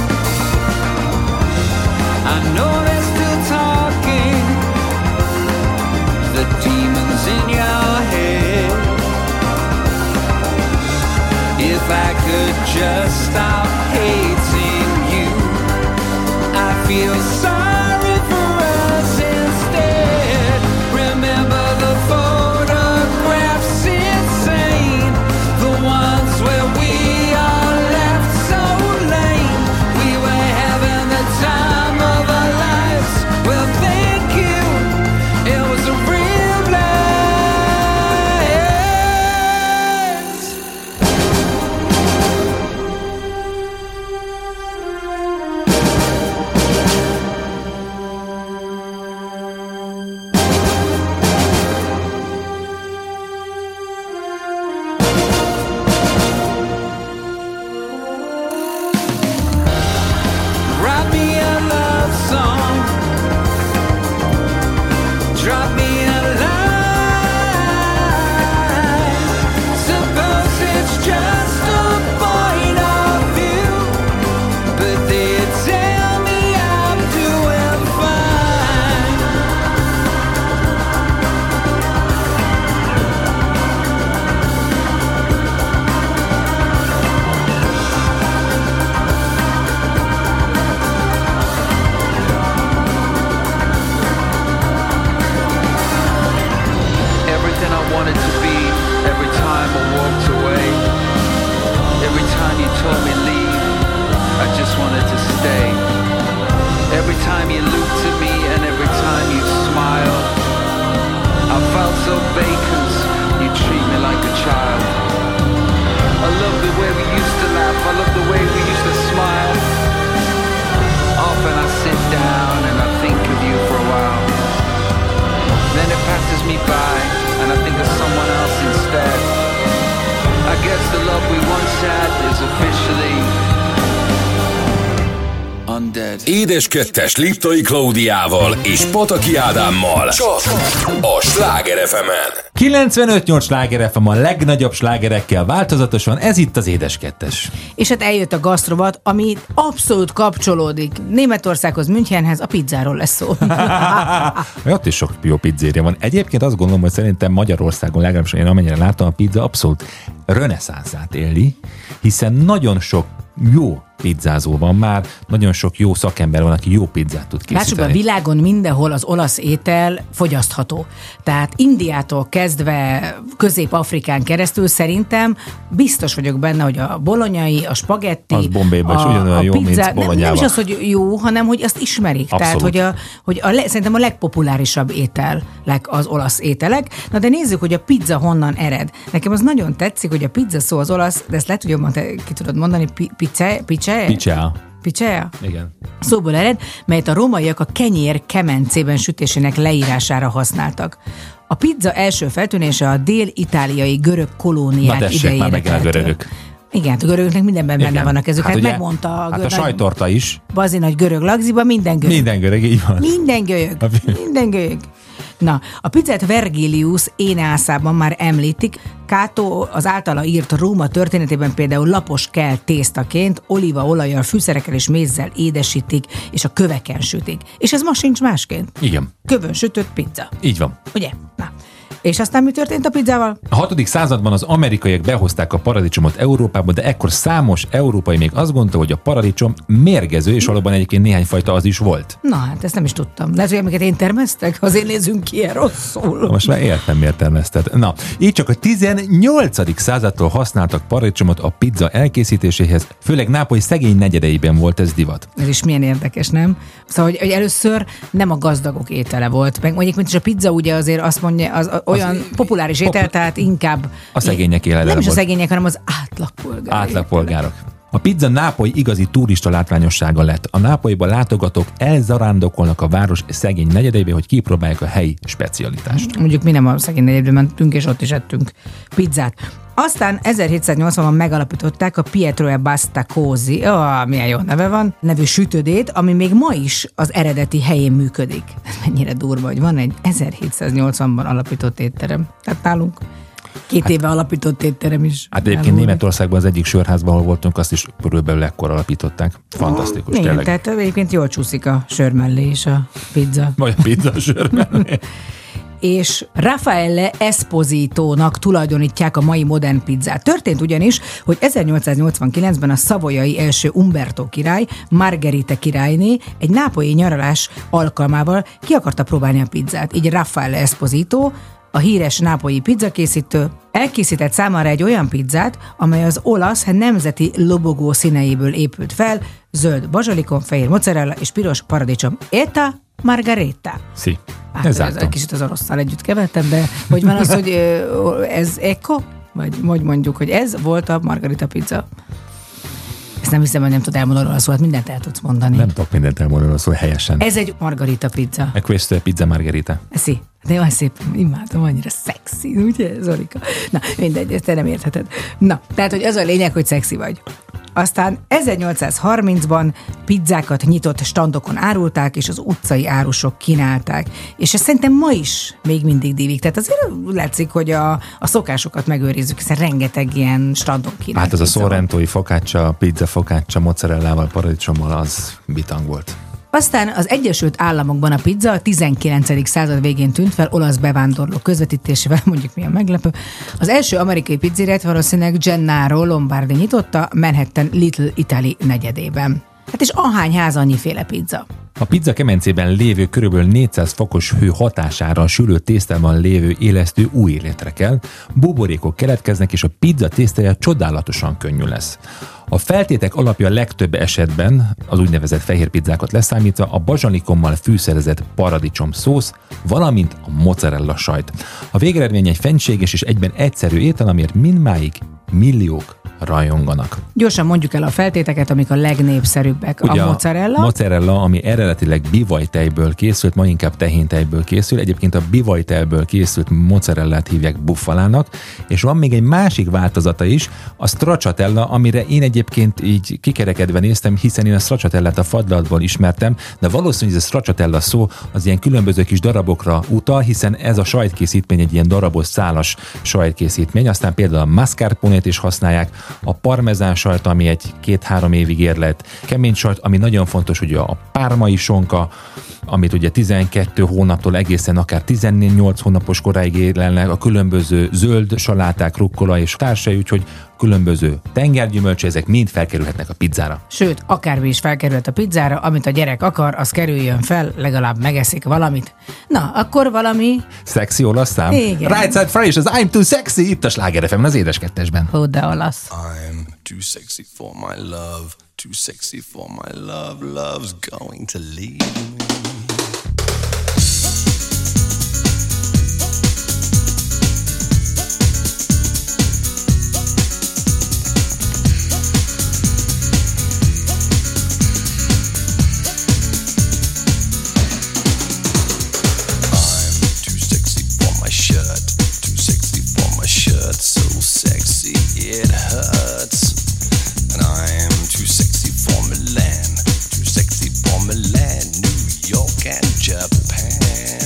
Speaker 4: I know they're still talking, the demons in your head. If I could just stop hating you, I feel sorry for us instead. Remember the photographs, insane, the ones where we all laughed so lame. We were having the time of our lives. Well, thank you, it was a real blast.
Speaker 1: Édes Kettes Liptai Klaudiával és Pataki Ádámmal. Csak a Sláger FM-en.
Speaker 2: 95-8 Sláger FM a legnagyobb slágerekkel változatosan, ez itt az Édes Kettes.
Speaker 3: És hát eljött a gasztrovat, ami abszolút kapcsolódik Németországhoz, Münchenhez, a pizzáról lesz szó.
Speaker 2: Ott is sok jó pizzéria van. Egyébként azt gondolom, hogy szerintem Magyarországon, legalábbis én amennyire láttam, a pizza abszolút reneszánszát éli, hiszen nagyon sok jó pizzázó van már, nagyon sok jó szakember van, aki jó pizzát tud készíteni.
Speaker 3: Lássuk, a világon mindenhol az olasz étel fogyasztható. Tehát Indiától kezdve Közép-Afrikán keresztül szerintem biztos vagyok benne, hogy a bolonyai, a spagetti,
Speaker 2: az Bombayban is ugyanolyan jó,
Speaker 3: pizza,
Speaker 2: mint Bolonyában.
Speaker 3: nem is az, hogy jó, hanem hogy azt ismerik.
Speaker 2: Abszolút.
Speaker 3: Tehát, szerintem a legpopulárisabb ételek az olasz ételek. Na de nézzük, hogy a pizza honnan ered. Nekem az nagyon tetszik, hogy a pizza szó az olasz, de ezt lehet, hogy jobban ki tudod mondani, Piccea?
Speaker 2: Igen.
Speaker 3: Szóból ered, melyet a rómaiak a kenyér kemencében sütésének leírására használtak. A pizza első feltűnése a dél-itáliai görög kolóniák idejére.
Speaker 2: Már meg a görögök.
Speaker 3: Igen, a görögöknek mindenben benne vannak ezek. Hát
Speaker 2: ugye,
Speaker 3: megmondta
Speaker 2: a sajtorta is.
Speaker 3: Bazi nagy görög lagziba, minden görög.
Speaker 2: Minden görög, így van.
Speaker 3: Minden görög. Na, a pizzát Vergilius Éneászában már említik. Cato az általa írt Róma történetében például lapos kell tésztaként, olívaolajjal, fűszerekkel és mézzel édesítik, és a köveken sütik. És ez ma sincs másként.
Speaker 2: Igen.
Speaker 3: Kövön sütött pizza.
Speaker 2: Így van.
Speaker 3: Ugye? Na. És aztán mi történt a pizzával?
Speaker 2: A 6. században az amerikaiak behozták a paradicsomot Európába, de ekkor számos európai még azt gondolta, hogy a paradicsom mérgező, és valóban egyébként néhány fajta az is volt.
Speaker 3: Na hát ezt nem is tudtam. Lehet, hogy amiket én termesztek, azért nézzünk ki ilyen rosszul.
Speaker 2: Most már értem, miért termeszted. Na, így csak a 18. századtól használtak paradicsomot a pizza elkészítéséhez, főleg Nápoly szegény negyedeiben volt ez divat.
Speaker 3: Ez is milyen érdekes, nem? Szóval, hogy először nem a gazdagok étele volt. Meg mondjuk, mint is a pizza ugye azért azt mondja, olyan populáris étel, tehát inkább...
Speaker 2: A szegények élete.
Speaker 3: Nem is a szegények, hanem az átlagpolgárok.
Speaker 2: A pizza Nápoly igazi turista látványossága lett. A Nápolyba látogatók elzarándokolnak a város szegény negyedeibe, hogy kipróbálják a helyi specialitást.
Speaker 3: Mondjuk mi nem a szegény negyedbe mentünk, és ott is ettünk pizzát. Aztán 1780-ban megalapították a Pietro e Basta Cosi, milyen jó neve van, nevű sütődét, ami még ma is az eredeti helyén működik. Ez mennyire durva, hogy van egy 1780-ban alapított étterem. Tehát nálunk 2 éve alapított étterem is.
Speaker 2: Hát egyébként Németországban az egyik sörházban, ahol voltunk, azt is körülbelül ekkor alapították. Fantasztikus,
Speaker 3: igen,
Speaker 2: tényleg.
Speaker 3: Tehát egyébként jól csúszik a sör mellé és a pizza.
Speaker 2: Vagy a pizza a sör mellé.
Speaker 3: És Raffaele Esposito-nak tulajdonítják a mai modern pizzát. Történt ugyanis, hogy 1889-ben a szavoyai első Umberto király, Margherita királyné egy nápolyi nyaralás alkalmával ki akarta próbálni a pizzát. Így Raffaele Esposito, a híres nápolyi pizzakészítő, elkészített számára egy olyan pizzát, amely az olasz nemzeti lobogó színeiből épült fel, zöld bazsalikon, fehér mozzarella és piros paradicsom. Eta Margarita.
Speaker 2: Sí.
Speaker 3: Ez egy kicsit az oroszszal együtt kevertem, de hogy van az, hogy ez ecco? Vagy mondjuk, hogy ez volt a Margarita pizza. Ezt nem hiszem, hogy nem tud elmondani olaszul, hát mindent el tudsz mondani.
Speaker 2: Nem tudok mindent elmondani olaszul helyesen.
Speaker 3: Ez egy Margarita pizza.
Speaker 2: Questo è pizza Margherita.
Speaker 3: Szí. De olyan szép, imádom, annyira szexi, ugye, Zorika? Na, mindegy, ezt te nem értheted. Na, tehát, hogy az a lényeg, hogy szexi vagy. Aztán 1830-ban pizzákat nyitott standokon árulták, és az utcai árusok kínálták. És ez szerintem ma is még mindig divik. Tehát azért látszik, hogy a szokásokat megőrizzük, hiszen rengeteg ilyen standon kínál.
Speaker 2: Hát ez a sorrentói focaccia, pizza focaccia, mozzarellával, paradicsommal, az bitang volt.
Speaker 3: Aztán az Egyesült Államokban a pizza a 19. század végén tűnt fel olasz bevándorlók közvetítésével, mondjuk milyen meglepő. Az első amerikai pizzériát valószínűleg Gennaro Lombardi nyitotta Manhattan Little Italy negyedében. Hát és ahány ház annyiféle pizza.
Speaker 2: A pizza kemencében lévő körülbelül 400 fokos hő hatására a sülő tésztában lévő élesztő új életre kell, buborékok keletkeznek, és a pizza tésztája csodálatosan könnyű lesz. A feltétek alapja legtöbb esetben, az úgynevezett fehér pizzákat leszámítva, a bazsalikommal fűszerezett paradicsom szósz, valamint a mozzarella sajt. A végeredmény egy fenséges és egyben egyszerű étel, amiért mindmáig milliók rajonganak.
Speaker 3: Gyorsan mondjuk el a feltéteket, amik a legnépszerűbbek.
Speaker 2: Ugye
Speaker 3: a mozzarella.
Speaker 2: Mozzarella, ami eredetileg bivajtejből készült, ma inkább tehéntejből készül. Egyébként a bivajtejből készült mozzarellát hívják buffalának, és van még egy másik változata is, a stracciatella, amire én egyébként így kikerekedve néztem, hiszen én a stracciatellát a fagylaltból ismertem, de valószínűleg ez a stracciatella szó az ilyen különböző kis darabokra utal, hiszen ez a sajtkészítmény egy ilyen darabos, szálas sajtkészítmény. Aztán például a mascarponét is használják, a parmezán sajt, ami egy 2-3 évig érlelt kemény sajt, ami nagyon fontos, hogy a pármai sonka, amit ugye 12 hónaptól egészen akár 18 hónapos koráig érlelnek, a különböző zöld saláták, rukkola és társai, úgyhogy különböző tengergyümölcs, ezek mind felkerülhetnek a pizzára.
Speaker 3: Sőt, akármi is felkerült a pizzára, amit a gyerek akar, az kerüljön fel, legalább megeszik valamit. Na, akkor valami...
Speaker 2: Szexi olasz szám?
Speaker 3: Igen.
Speaker 2: Right Side Fry és az I'm Too Sexy itt a Sláger FM-en, az Édes Kettesben.
Speaker 3: Ó, de olasz.
Speaker 6: I'm too sexy for my love, too sexy for my love, love's going to leave me. So sexy it hurts, and I'm too sexy for Milan, too sexy for Milan, New York and Japan.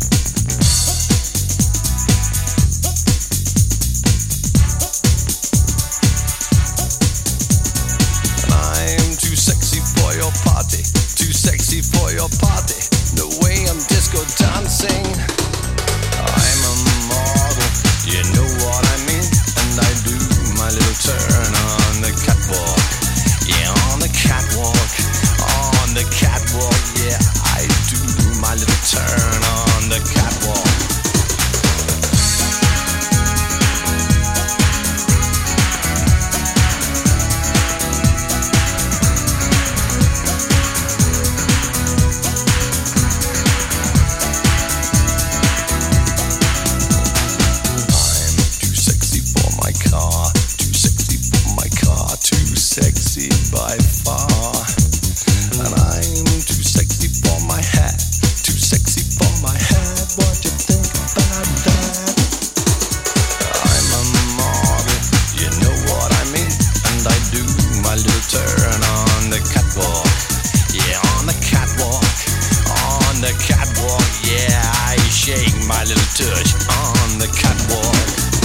Speaker 6: And I'm too sexy for your party, too sexy for your party, no way I'm disco dancing. I'm a model, you know what I mean, and I do my little turn on the catwalk, yeah, on the catwalk, on the catwalk, yeah, I do my little turn on the catwalk. Sexy by far, and I'm too sexy for my hat, too sexy for my hat. What do you think about that? I'm a model, you know what I mean, and I do my little turn on the catwalk, yeah, on the catwalk, on the catwalk, yeah, I shake my little tush on the catwalk.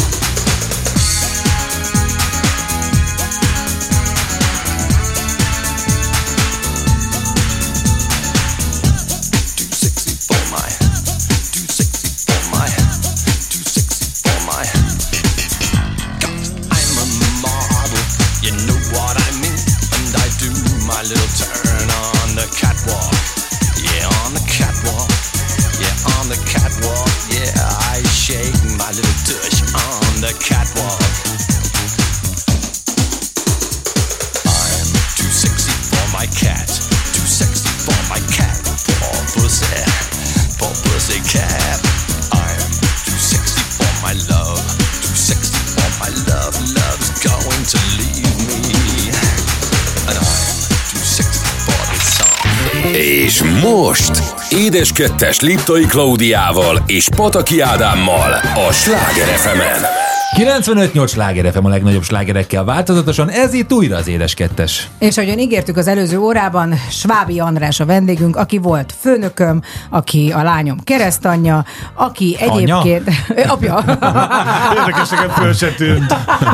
Speaker 1: És most Édes Kettes Liptai Klaudiával és Pataki Ádámmal a Sláger FM-en.
Speaker 2: 95-8 Sláger FM a legnagyobb slágerekkel változatosan, ez itt újra az Édes Kettes.
Speaker 3: És ahogyan ígértük az előző órában, Svábi András a vendégünk, aki volt főnököm, aki a lányom keresztanyja, aki egyébként... Apja?
Speaker 7: Érdekes, nekem föl se tűnt.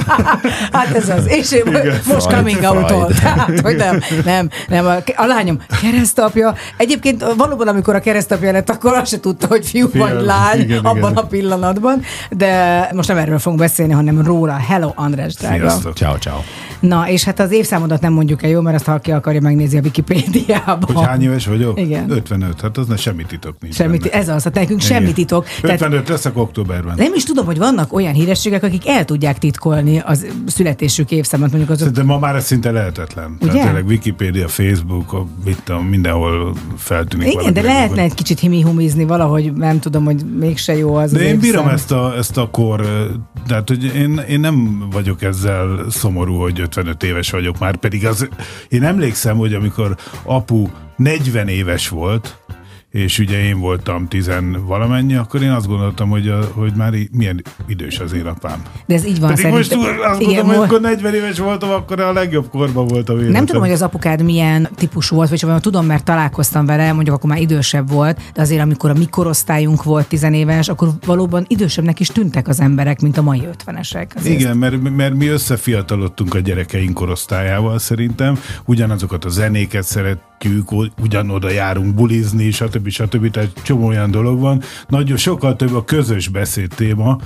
Speaker 3: Hát ez az. És én most coming out-ol. Tehát, hogy nem. A lányom keresztapja. Egyébként valóban, amikor a keresztapja lett, akkor azt se tudta, hogy fiú vagy lány abban a pillanatban. De most nem erről fogunk beszélni, hanem róla. Hello, András, drága.
Speaker 7: Sziasztok.
Speaker 2: Ciao, ciao.
Speaker 3: Na, és hát az évszámodat nem mondjuk el, jó, mert azt ha ki akarja megnézni a Wikipédiában.
Speaker 7: Hogy hány éves vagyok?
Speaker 3: Igen.
Speaker 7: 55, hát az semmi titok nincs.
Speaker 3: Ez az, hát nekünk semmi titok.
Speaker 7: 55 leszek októberben.
Speaker 3: Nem is tudom, hogy vannak olyan hírességek, akik el tudják titkolni az születésük évszámot, mondjuk azok.
Speaker 7: De ma már ez szinte lehetetlen.
Speaker 3: Ugye?
Speaker 7: Tehát tényleg Wikipédia, Facebook, mindenhol feltűnik.
Speaker 3: Igen, de lehetne egy kicsit himihumizni valahogy, nem tudom, hogy mégse jó az.
Speaker 7: De én bírom ezt a kor, Tehát, hogy én nem vagyok ezzel szomorú, hogy 55 éves vagyok már, pedig én emlékszem, hogy amikor apu 40 éves volt, és ugye én voltam 10 valamennyi, akkor én azt gondoltam, hogy már milyen idős az én apám.
Speaker 3: De ez így van
Speaker 7: pedig
Speaker 3: szerintem.
Speaker 7: most azt gondolom, hogy amikor 40 éves voltam, akkor a legjobb korban voltam életem.
Speaker 3: Nem tudom, hogy az apukád milyen típusú volt, vagy csak tudom, mert találkoztam vele, mondjuk akkor már idősebb volt, de azért amikor a mi korosztályunk volt 10 éves, akkor valóban idősebbnek is tűntek az emberek, mint a mai 50-esek. Azért.
Speaker 7: Igen, mert mi összefiatalodtunk a gyerekeink korosztályával szerintem, ugyanazokat a zenéket szeretjük, ugyanoda járunk bulizni, stb. Tehát csomó olyan dolog van. Nagyon sokkal több a közös beszédtéma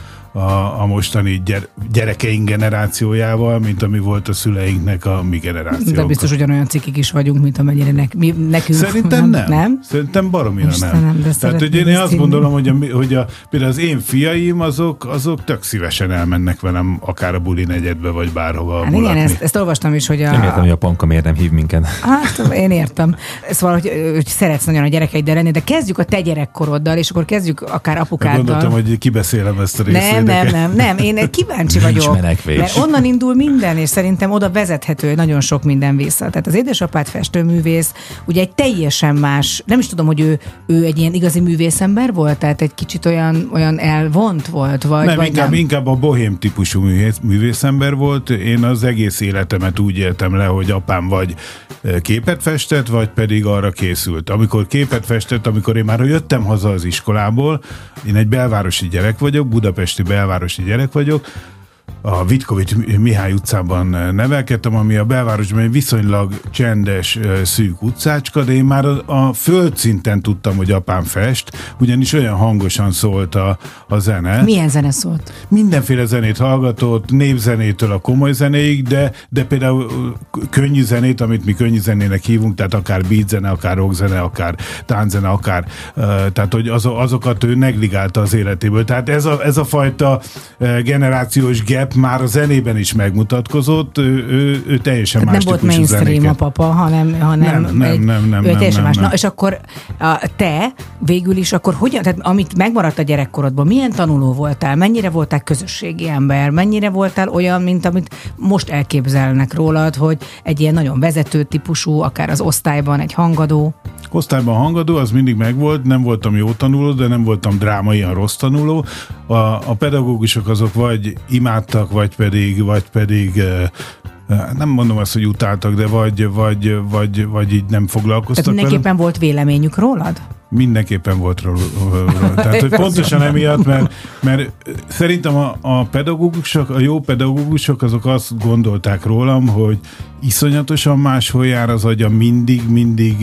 Speaker 7: a mostani gyerekeink generációjával, mint ami volt a szüleinknek a mi generációnk.
Speaker 3: De biztos ugyanolyan cikik is vagyunk, mint amennyire nekünk.
Speaker 7: Szerintem nem. Szerintem baromira nem. Tehát, hogy én azt gondolom, hogy például az én fiaim, azok tök szívesen elmennek velem akár a buli negyedbe, vagy bárhova
Speaker 3: hát
Speaker 7: mulatni.
Speaker 3: igen, ezt olvastam is, hogy
Speaker 2: Nem értem, hogy a Panka miért nem hív minket.
Speaker 3: Hát én értem. Szóval, hogy szeretsz nagyon a gyerekeiddel lenni, de kezdjük a te gyerekkoroddal, és akkor kezdjük akár apukáddal.
Speaker 7: Gondoltam, hogy kibeszélem ezt a részt.
Speaker 3: Nem, én kíváncsi vagyok. Mert onnan indul minden, és szerintem oda vezethető nagyon sok minden vissza. Tehát az édesapád festőművész, ugye egy teljesen más, nem is tudom, hogy ő egy ilyen igazi művészember volt, tehát egy kicsit olyan elvont volt, vagy
Speaker 7: inkább a bohém típusú művészember volt. Én az egész életemet úgy éltem le, hogy apám vagy képet festett, vagy pedig arra készült. Amikor képet festett, amikor én már jöttem haza az iskolából, én egy belvárosi gyerek vagyok, budapesti belvárosi gyerek vagyok, a Vitkovics Mihály utcában nevelkedtem, ami a belvárosban egy viszonylag csendes, szűk utcácska, de én már a földszinten tudtam, hogy apám fest, ugyanis olyan hangosan szólt a zene.
Speaker 3: Milyen zene szólt?
Speaker 7: Mindenféle zenét hallgatott, népzenétől a komoly zenéig, de például könnyű zenét, amit mi könnyű zenének hívunk, tehát akár beat zene, akár rockzene, akár tánczene, akár, tehát hogy azokat ő negligálta az életéből. Tehát ez a fajta generációs gap már a zenében is megmutatkozott, ő teljesen más típusú zenéket. Nem volt mainstream
Speaker 3: a papa, hanem
Speaker 7: nem,
Speaker 3: teljesen más.
Speaker 7: Nem.
Speaker 3: Na, és akkor te végül is, akkor hogyan, tehát amit megmaradt a gyerekkorodból, milyen tanuló voltál, mennyire voltál közösségi ember, mennyire voltál olyan, mint amit most elképzelnek rólad, hogy egy ilyen nagyon vezető típusú, akár az osztályban egy hangadó?
Speaker 7: Osztályban hangadó, az mindig megvolt, nem voltam jó tanuló, de nem voltam drámaian rossz tanuló. A pedagógusok azok vagy imádtak, vagy pedig nem mondom azt, hogy utáltak, de vagy így nem foglalkoztak.
Speaker 3: Tehát mindenképpen volt véleményük rólad?
Speaker 7: Mindenképpen volt róla. Tehát, hogy pontosan emiatt, mert szerintem a pedagógusok, a jó pedagógusok azok azt gondolták rólam, hogy iszonyatosan máshol jár az agya, mindig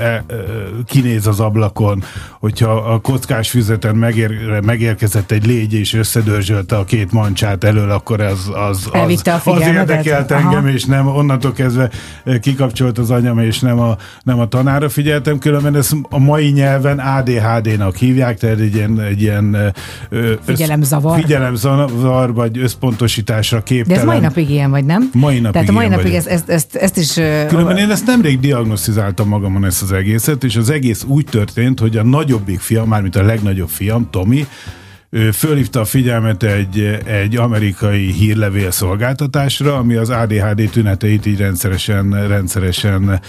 Speaker 7: kinéz az ablakon, hogyha a kockás füzeten megérkezett egy légy és összedörzsölte a két mancsát elől, akkor az érdekelt engem, és nem onnantól kezdve kikapcsolt az anyam, és nem a tanára figyeltem, különben ezt a mai nyelven ADHD-nak hívják, tehát egy ilyen figyelemzavar, vagy összpontosításra képtelen.
Speaker 3: De ez mai napig ilyen vagy, nem?
Speaker 7: Mai napig
Speaker 3: tehát a mai napig ezt is...
Speaker 7: Különben én ezt nemrég diagnosztizáltam magamon ezt az egészet, és az egész úgy történt, hogy a nagyobbik fiam, mármint a legnagyobb fiam, Tomi, ő fölhívta a figyelmet egy amerikai hírlevél szolgáltatásra, ami az ADHD tüneteit így rendszeresen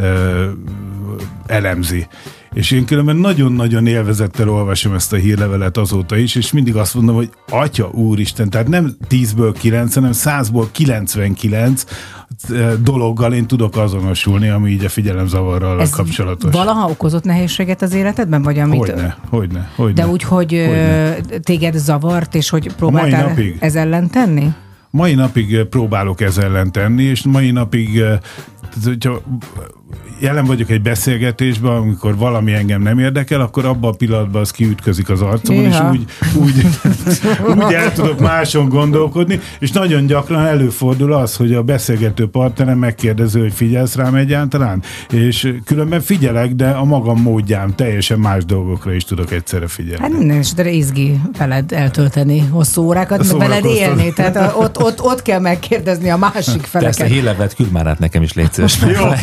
Speaker 7: elemzi. És én különben nagyon-nagyon élvezettel olvasom ezt a hírlevelet azóta is, és mindig azt mondom, hogy Atya úristen, tehát nem 10-ből 9, hanem 100-ból 99 dologgal én tudok azonosulni, ami így a figyelemzavarral ez kapcsolatos.
Speaker 3: Valaha okozott nehézséget az életedben? Vagy amit...
Speaker 7: Hogyne.
Speaker 3: De úgy, hogy téged zavart, és hogy próbáltál ez ellen tenni?
Speaker 7: Mai napig próbálok ez ellen tenni, és mai napig hogyha jelen vagyok egy beszélgetésben, amikor valami engem nem érdekel, akkor abban a pillanatban az kiütközik az arcomon, és úgy el tudok máson gondolkodni, és nagyon gyakran előfordul az, hogy a beszélgető partnerem megkérdező, hogy figyelsz rám egyáltalán, és különben figyelek, de a magam módján teljesen más dolgokra is tudok egyszerre figyelni. Hát
Speaker 3: minden esetre izgi veled eltölteni hosszú órákat, veled élni, tehát ott kell megkérdezni a másik feleket.
Speaker 2: Ezt a hírlevelet küld már át nekem is, légy szíves.
Speaker 7: Jó, lehet, hogy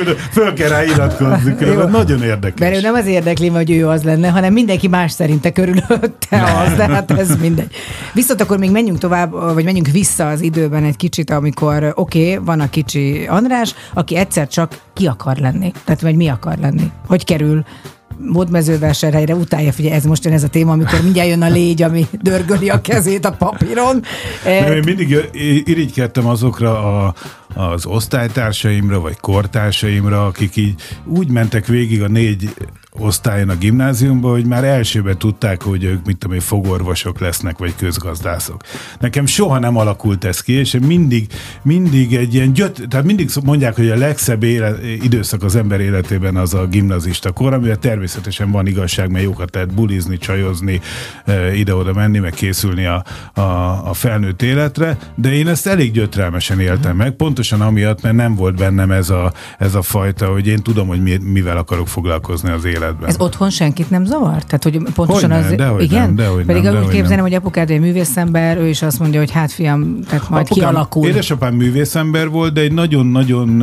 Speaker 7: föl kell rá iratkozni, különben nagyon érdekes.
Speaker 3: Mert ő nem az érdekli, hogy ő az lenne, hanem mindenki más szerinte körülötte az, de hát ez mindegy. Viszont akkor még menjünk tovább, vagy menjünk vissza az időben egy kicsit, amikor van a kicsi András, aki egyszer csak ki akar lenni. Tehát, vagy mi akar lenni. Hogy kerül Módmezővásárhelyre, utálja, figyelj, ez most ez a téma, amikor mindjárt jön a légy, ami dörgöli a kezét a papíron.
Speaker 7: Én mindig irigykedtem azokra az osztálytársaimra, vagy kortársaimra, akik így úgy mentek végig a 4 osztályon a gimnáziumba, hogy már elsőben tudták, hogy ők, mit tudom én, fogorvosok lesznek, vagy közgazdászok. Nekem soha nem alakult ez ki, és mindig egy ilyen tehát mindig mondják, hogy a legszebb időszak az ember életében az a gimnazista kor, amivel természetesen van igazság, mert jókat lehet bulizni, csajozni, ide-oda menni, meg készülni a felnőtt életre, de én ezt elég gyötrelmesen éltem meg, pontosan amiatt, mert nem volt bennem ez a fajta, hogy én tudom, hogy mivel akarok foglalkozni az életben. Ez
Speaker 3: otthon senkit nem zavar? Tehát, hogy pontosan
Speaker 7: az... Igen?
Speaker 3: Pedig úgy képzelem, hogy apukád egy művészember, ő is azt mondja, hogy hát fiam, tehát majd kialakul.
Speaker 7: Édesapám művészember volt, de egy nagyon-nagyon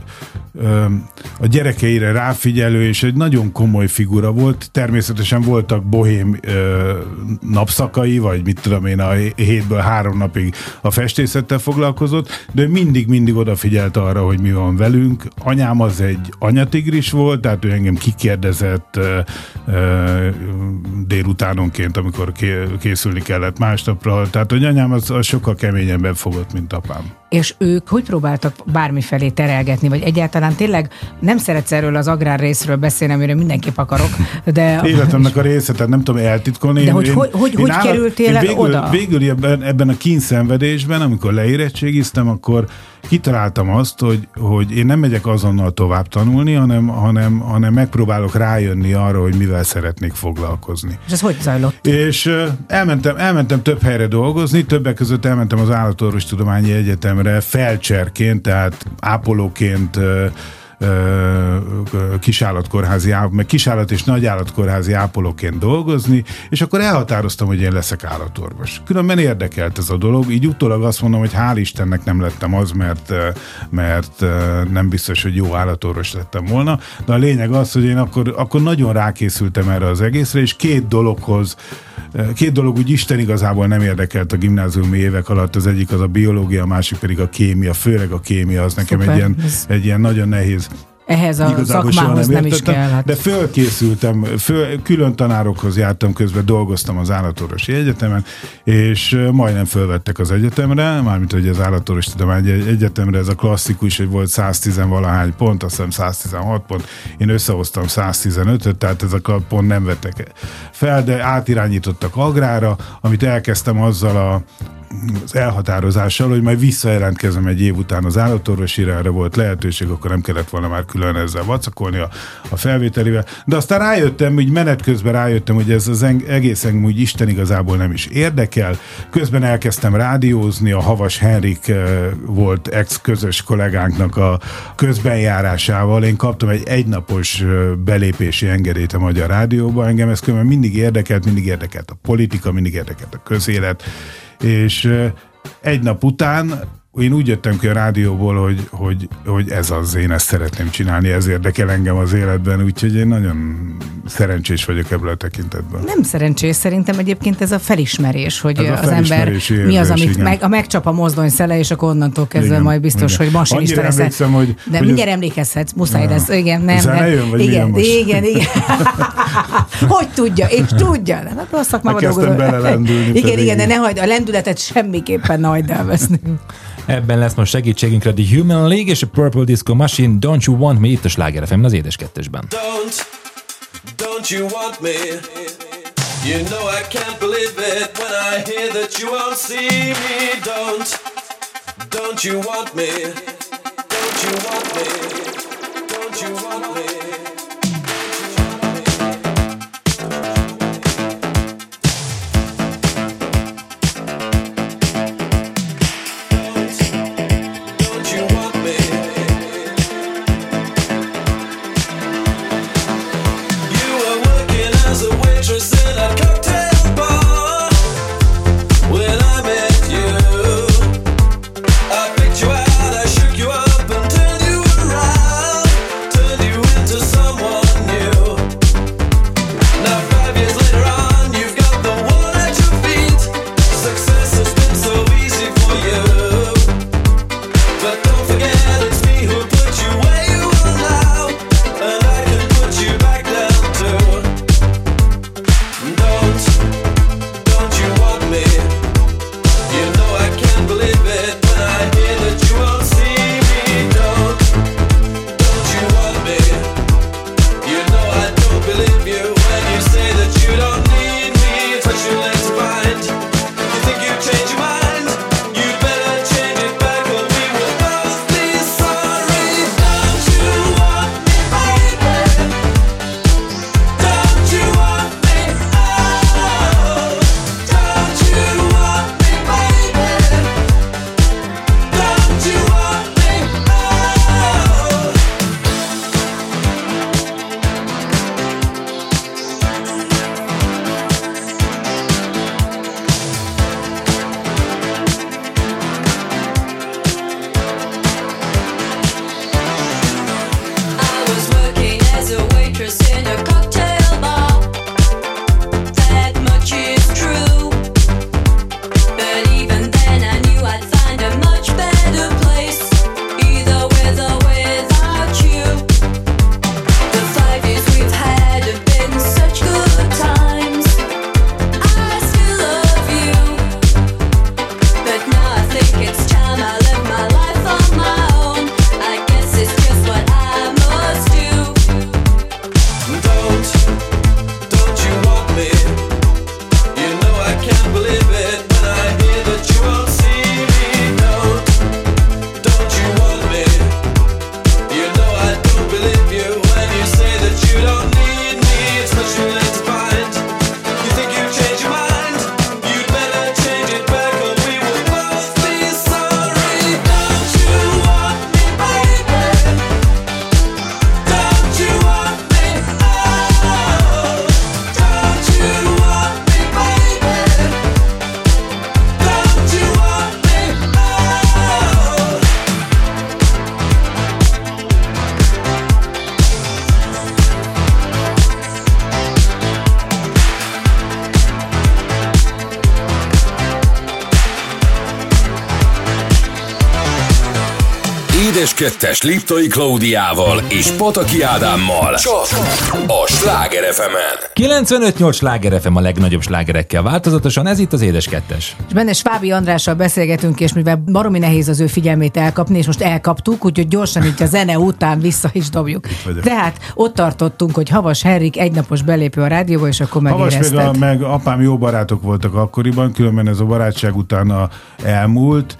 Speaker 7: a gyerekeire ráfigyelő, és egy nagyon komoly figura volt. Természetesen voltak bohém napszakai, vagy mit tudom én, a hétből 3 napig a festészettel foglalkozott, de mindig odafigyelt arra, hogy mi van velünk. Anyám az egy anyatigris volt, tehát ő engem kikérdezett délutánonként, amikor készülni kellett másnapra. Tehát, hogy anyám az sokkal keményebben fogott, mint apám.
Speaker 3: És ők hogy próbáltak bármifelé terelgetni, vagy egyáltalán tényleg nem szeretsz erről az agrár részről beszélni, amire mindenképp akarok, de...
Speaker 7: Életemnek a része, tehát nem tudom eltitkolni.
Speaker 3: De hogy kerültél oda?
Speaker 7: Végül ebben a kínszenvedésben, amikor leérettségiztem, akkor kitaláltam azt, hogy én nem megyek azonnal tovább tanulni, hanem megpróbálok rájönni arra, hogy mivel szeretnék foglalkozni.
Speaker 3: És ez hogy zajlott?
Speaker 7: És elmentem több helyre dolgozni, többek között elmentem az Állatorvostudományi Egyetemre felcserként, tehát ápolóként, kisállat és nagyállatkórházi ápolóként dolgozni, és akkor elhatároztam, hogy én leszek állatorvos. Különben érdekelt ez a dolog, így utólag azt mondom, hogy hál' Istennek nem lettem az, mert nem biztos, hogy jó állatorvos lettem volna, de a lényeg az, hogy én akkor nagyon rákészültem erre az egészre, és két dolog úgy Isten igazából nem érdekelt a gimnáziumi évek alatt, az egyik az a biológia, a másik pedig a kémia, főleg a kémia, az nekem egy ilyen nagyon nehéz.
Speaker 3: Ehhez a szakmához nem is kell. Hát.
Speaker 7: De fölkészültem, külön tanárokhoz jártam, közben dolgoztam az Állatorvosi Egyetemen, és majdnem fölvettek az egyetemre, mármint hogy az Állatorvostudományi Egyetemre ez a klasszikus, hogy volt 110-valahány pont, azt hiszem 116 pont, én összehoztam 115-öt, tehát ezek a pont nem vettek fel, de átirányítottak agrára, amit elkezdtem azzal az elhatározással, hogy majd visszajelentkezem egy év után az állatorvosira, erre volt lehetőség, akkor nem kellett volna már külön ezzel vacakolni a felvételivel. De aztán rájöttem, úgy menet közben rájöttem, hogy ez az egész engem úgy Isten igazából nem is érdekel. Közben elkezdtem rádiózni, a Havas Henrik volt ex-közös kollégánknak a közbenjárásával. Én kaptam egy egynapos belépési engedélyt a Magyar Rádióba. Engem ez különben mindig érdekelt a politika, mindig érdekelt a közélet, és egy nap után én úgy jöttem ki a rádióból, hogy ez az, én ezt szeretném csinálni, ez érdekel engem az életben, úgyhogy én nagyon szerencsés vagyok ebből a tekintetben.
Speaker 3: Nem szerencsés, szerintem egyébként ez a felismerés, hogy az ember mi az, amit megcsap a mozdony szele, és akkor onnantól kezdve majd biztos, hogy masinista lesz. De mindjárt emlékezhetsz, muszáj lesz. Igen, nem.
Speaker 7: Jön, vagy
Speaker 3: igen. Hogy tudja, és tudja. Nem, a szakmában dolgozom. Igen, de ne hagyd, a lendületet semmiképpen ne hagyd elveszni.
Speaker 2: Ebben lesz most segítségünkre The Human League és a Purple Disco Machine, Don't You Want Me, itt a Sláger FM-en az Édes Kettesben.
Speaker 8: Don't you want me? You know I can't believe it when I hear that you won't see me. Don't you want me? Don't you want me? Don't you want me?
Speaker 9: I picked you out, I shook you up and turned you around.
Speaker 1: Édes Kettes Liptai Klaudiával és Pataki Ádámmal csak a Sláger FM-en.
Speaker 2: 95-8 Sláger FM a legnagyobb slágerekkel változatosan, ez itt az Édes Kettes.
Speaker 3: És benne Svábi Andrással beszélgetünk, és mivel baromi nehéz az ő figyelmét elkapni, és most elkaptuk, úgyhogy gyorsan itt a zene után vissza is dobjuk. Tehát ott tartottunk, hogy Havas Henrik egynapos belépő a rádióba, és akkor megérezted.
Speaker 7: Havas meg apám jó barátok voltak akkoriban, különben ez a barátság utána elmúlt,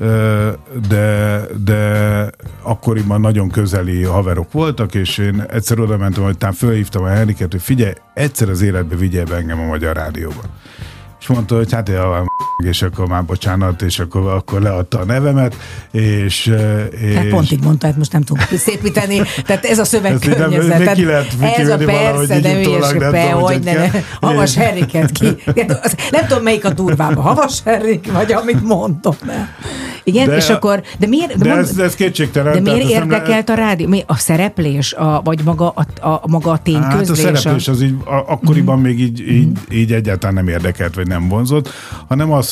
Speaker 7: de akkoriban nagyon közeli haverok voltak, és én egyszer oda mentem, hogy fölhívtam a Henriket, hogy figyelj, egyszer az életbe vigyél be engem a Magyar Rádióba. És mondta, hogy hát és akkor már bocsánat, és akkor leadta a nevemet, és...
Speaker 3: Hát pont így mondta, hát most nem tudom szépíteni, tehát ez a szövegkörnyezet. Ez a persze, nem ügyes, hogy ne. Havas Henriket ki. Nem tudom, melyik a durvább, a Havas Henrik, vagy amit mondom. Igen, és akkor, de miért...
Speaker 7: De ez kétségtelen.
Speaker 3: De miért érdekelt a rádió? A szereplés, vagy maga a tényközlés?
Speaker 7: Hát a szereplés az így, akkoriban még így egyáltalán nem érdekelt, vagy nem vonzott, hanem az,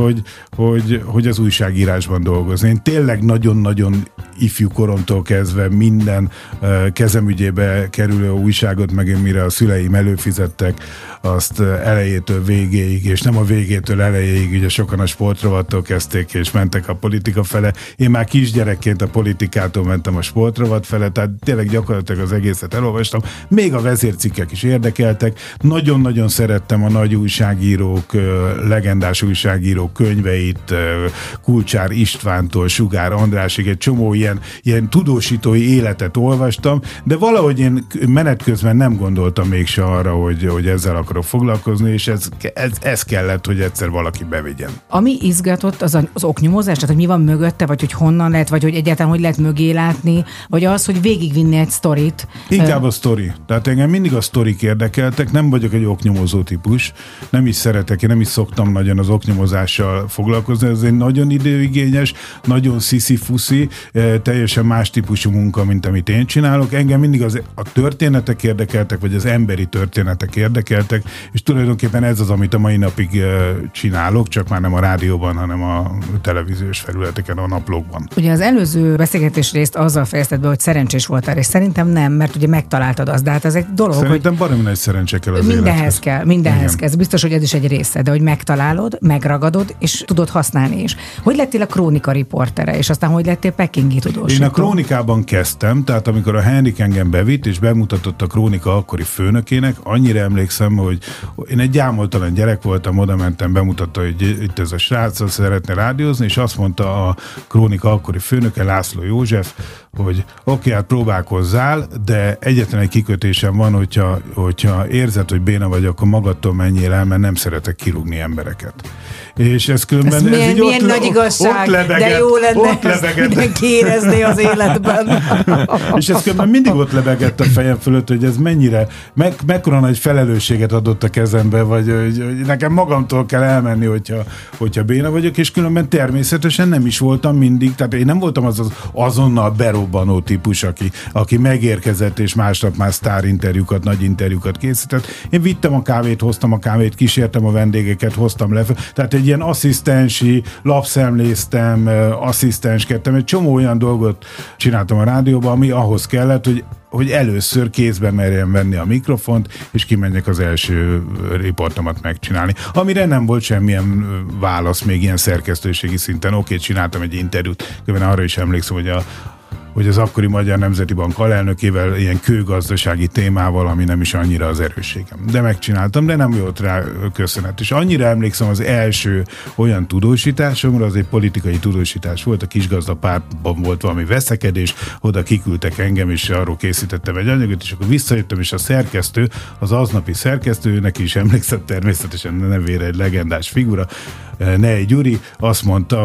Speaker 7: hogy az újságírásban dolgozni. Én tényleg nagyon-nagyon ifjú koromtól kezdve minden kezemügyébe kerülő újságot, meg én mire a szüleim előfizettek, azt elejétől végéig, és nem a végétől elejéig, ugye sokan a sportrovattól kezdték, és mentek a politika fele. Én már kisgyerekként a politikától mentem a sportrovat fele, tehát tényleg gyakorlatilag az egészet elolvastam. Még a vezércikkek is érdekeltek. Nagyon-nagyon szerettem a nagy újságírók, legendás újságírók könyveit, Kulcsár Istvántól Sugár Andrásig, egy csomó ilyen tudósítói életet olvastam, de valahogy én menet közben nem gondoltam mégse arra, hogy ezzel akarok foglalkozni, és ez kellett, hogy egyszer valaki bevigyen.
Speaker 3: Ami izgatott, az oknyomozás, tehát hogy mi van mögötte, vagy hogy honnan lehet, vagy hogy egyáltalán hogy lehet mögé látni, vagy az, hogy végigvinni egy sztorit.
Speaker 7: Inkább a sztori. Tehát engem mindig a sztorik érdekeltek, nem vagyok egy oknyomozó típus, nem is szeretek, én nem is szoktam nagyon az oknyomozással foglalkozni, ez egy nagyon időigényes, nagyon sziszi-fuszi, teljesen más típusú munka, mint amit én csinálok. Engem mindig a történetek érdekeltek, vagy az emberi történetek érdekeltek, és tulajdonképpen ez az, amit a mai napig csinálok, csak már nem a rádióban, hanem a televíziós felületeken, a naplókban.
Speaker 3: Ugye az előző beszélgetés részt azzal fejezted be, hogy szerencsés voltál, és szerintem nem, mert ugye megtaláltad azt, de hát ez egy dolog,
Speaker 7: szerintem baromi nagy szerencse kell az
Speaker 3: mindenhez kell. Ez biztos, hogy ez is egy része, de hogy megtalálod, megragadod, és tudod használni is. Hogy lettél a Krónika riportere, és aztán hogy lettél pekingi tudósító?
Speaker 7: Én a Krónikában kezdtem, tehát amikor a Henrik engem bevitt, és bemutatott a Krónika akkori főnökének, annyira emlékszem, hogy én egy gyámoltalan gyerek voltam, oda mentem, bemutatta, hogy itt ez a srác szeretne rádiózni, és azt mondta a Krónika akkori főnöke, László József, hogy oké, hát próbálkozzál, de egyetlen egy kikötésem van, hogyha érzed, hogy béna vagy, akkor magadtól menjél el, mert nem szeretek kirúgni embereket. És ez különben...
Speaker 3: Milyen nagy igazság, de jó lenne ezt mindenki érezni az életben.
Speaker 7: És ez különben mindig ott lebegett a fejem fölött, hogy ez mennyire, mekkora nagy felelősséget adott a kezembe, vagy hogy nekem magamtól kell elmenni, hogyha béna vagyok, és különben természetesen nem is voltam mindig, tehát én nem voltam az azonnal berobbanó típus, aki megérkezett, és másnap már sztárinterjúkat, nagy interjúkat készített. Én vittem a kávét, hoztam a kávét, kísértem a vendégeket, hoztam le, tehát egy ilyen asszisztensi, lapszemléztem, asszisztenskedtem, egy csomó olyan dolgot csináltam a rádióban, ami ahhoz kellett, hogy először kézbe merjem venni a mikrofont, és kimenjek az első riportomat megcsinálni. Amire nem volt semmilyen válasz még ilyen szerkesztőségi szinten. Oké, csináltam egy interjút, különben arra is emlékszem, hogy az akkori Magyar Nemzeti Bank alelnökével ilyen kőgazdasági témával, ami nem is annyira az erősségem. De megcsináltam, de nem volt rá köszönet. És annyira emlékszem az első olyan tudósításomra, az egy politikai tudósítás volt, a Kisgazdapártban volt valami veszekedés, oda kiküldtek engem, és arról készítettem egy anyagot, és akkor visszajöttem, és a szerkesztő, az aznapi szerkesztő, neki is emlékszem természetesen nevére egy legendás figura, Nei Gyuri, azt mondta,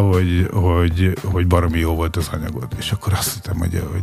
Speaker 7: hogy baromi jó volt az anyagot. És akkor azt hittem,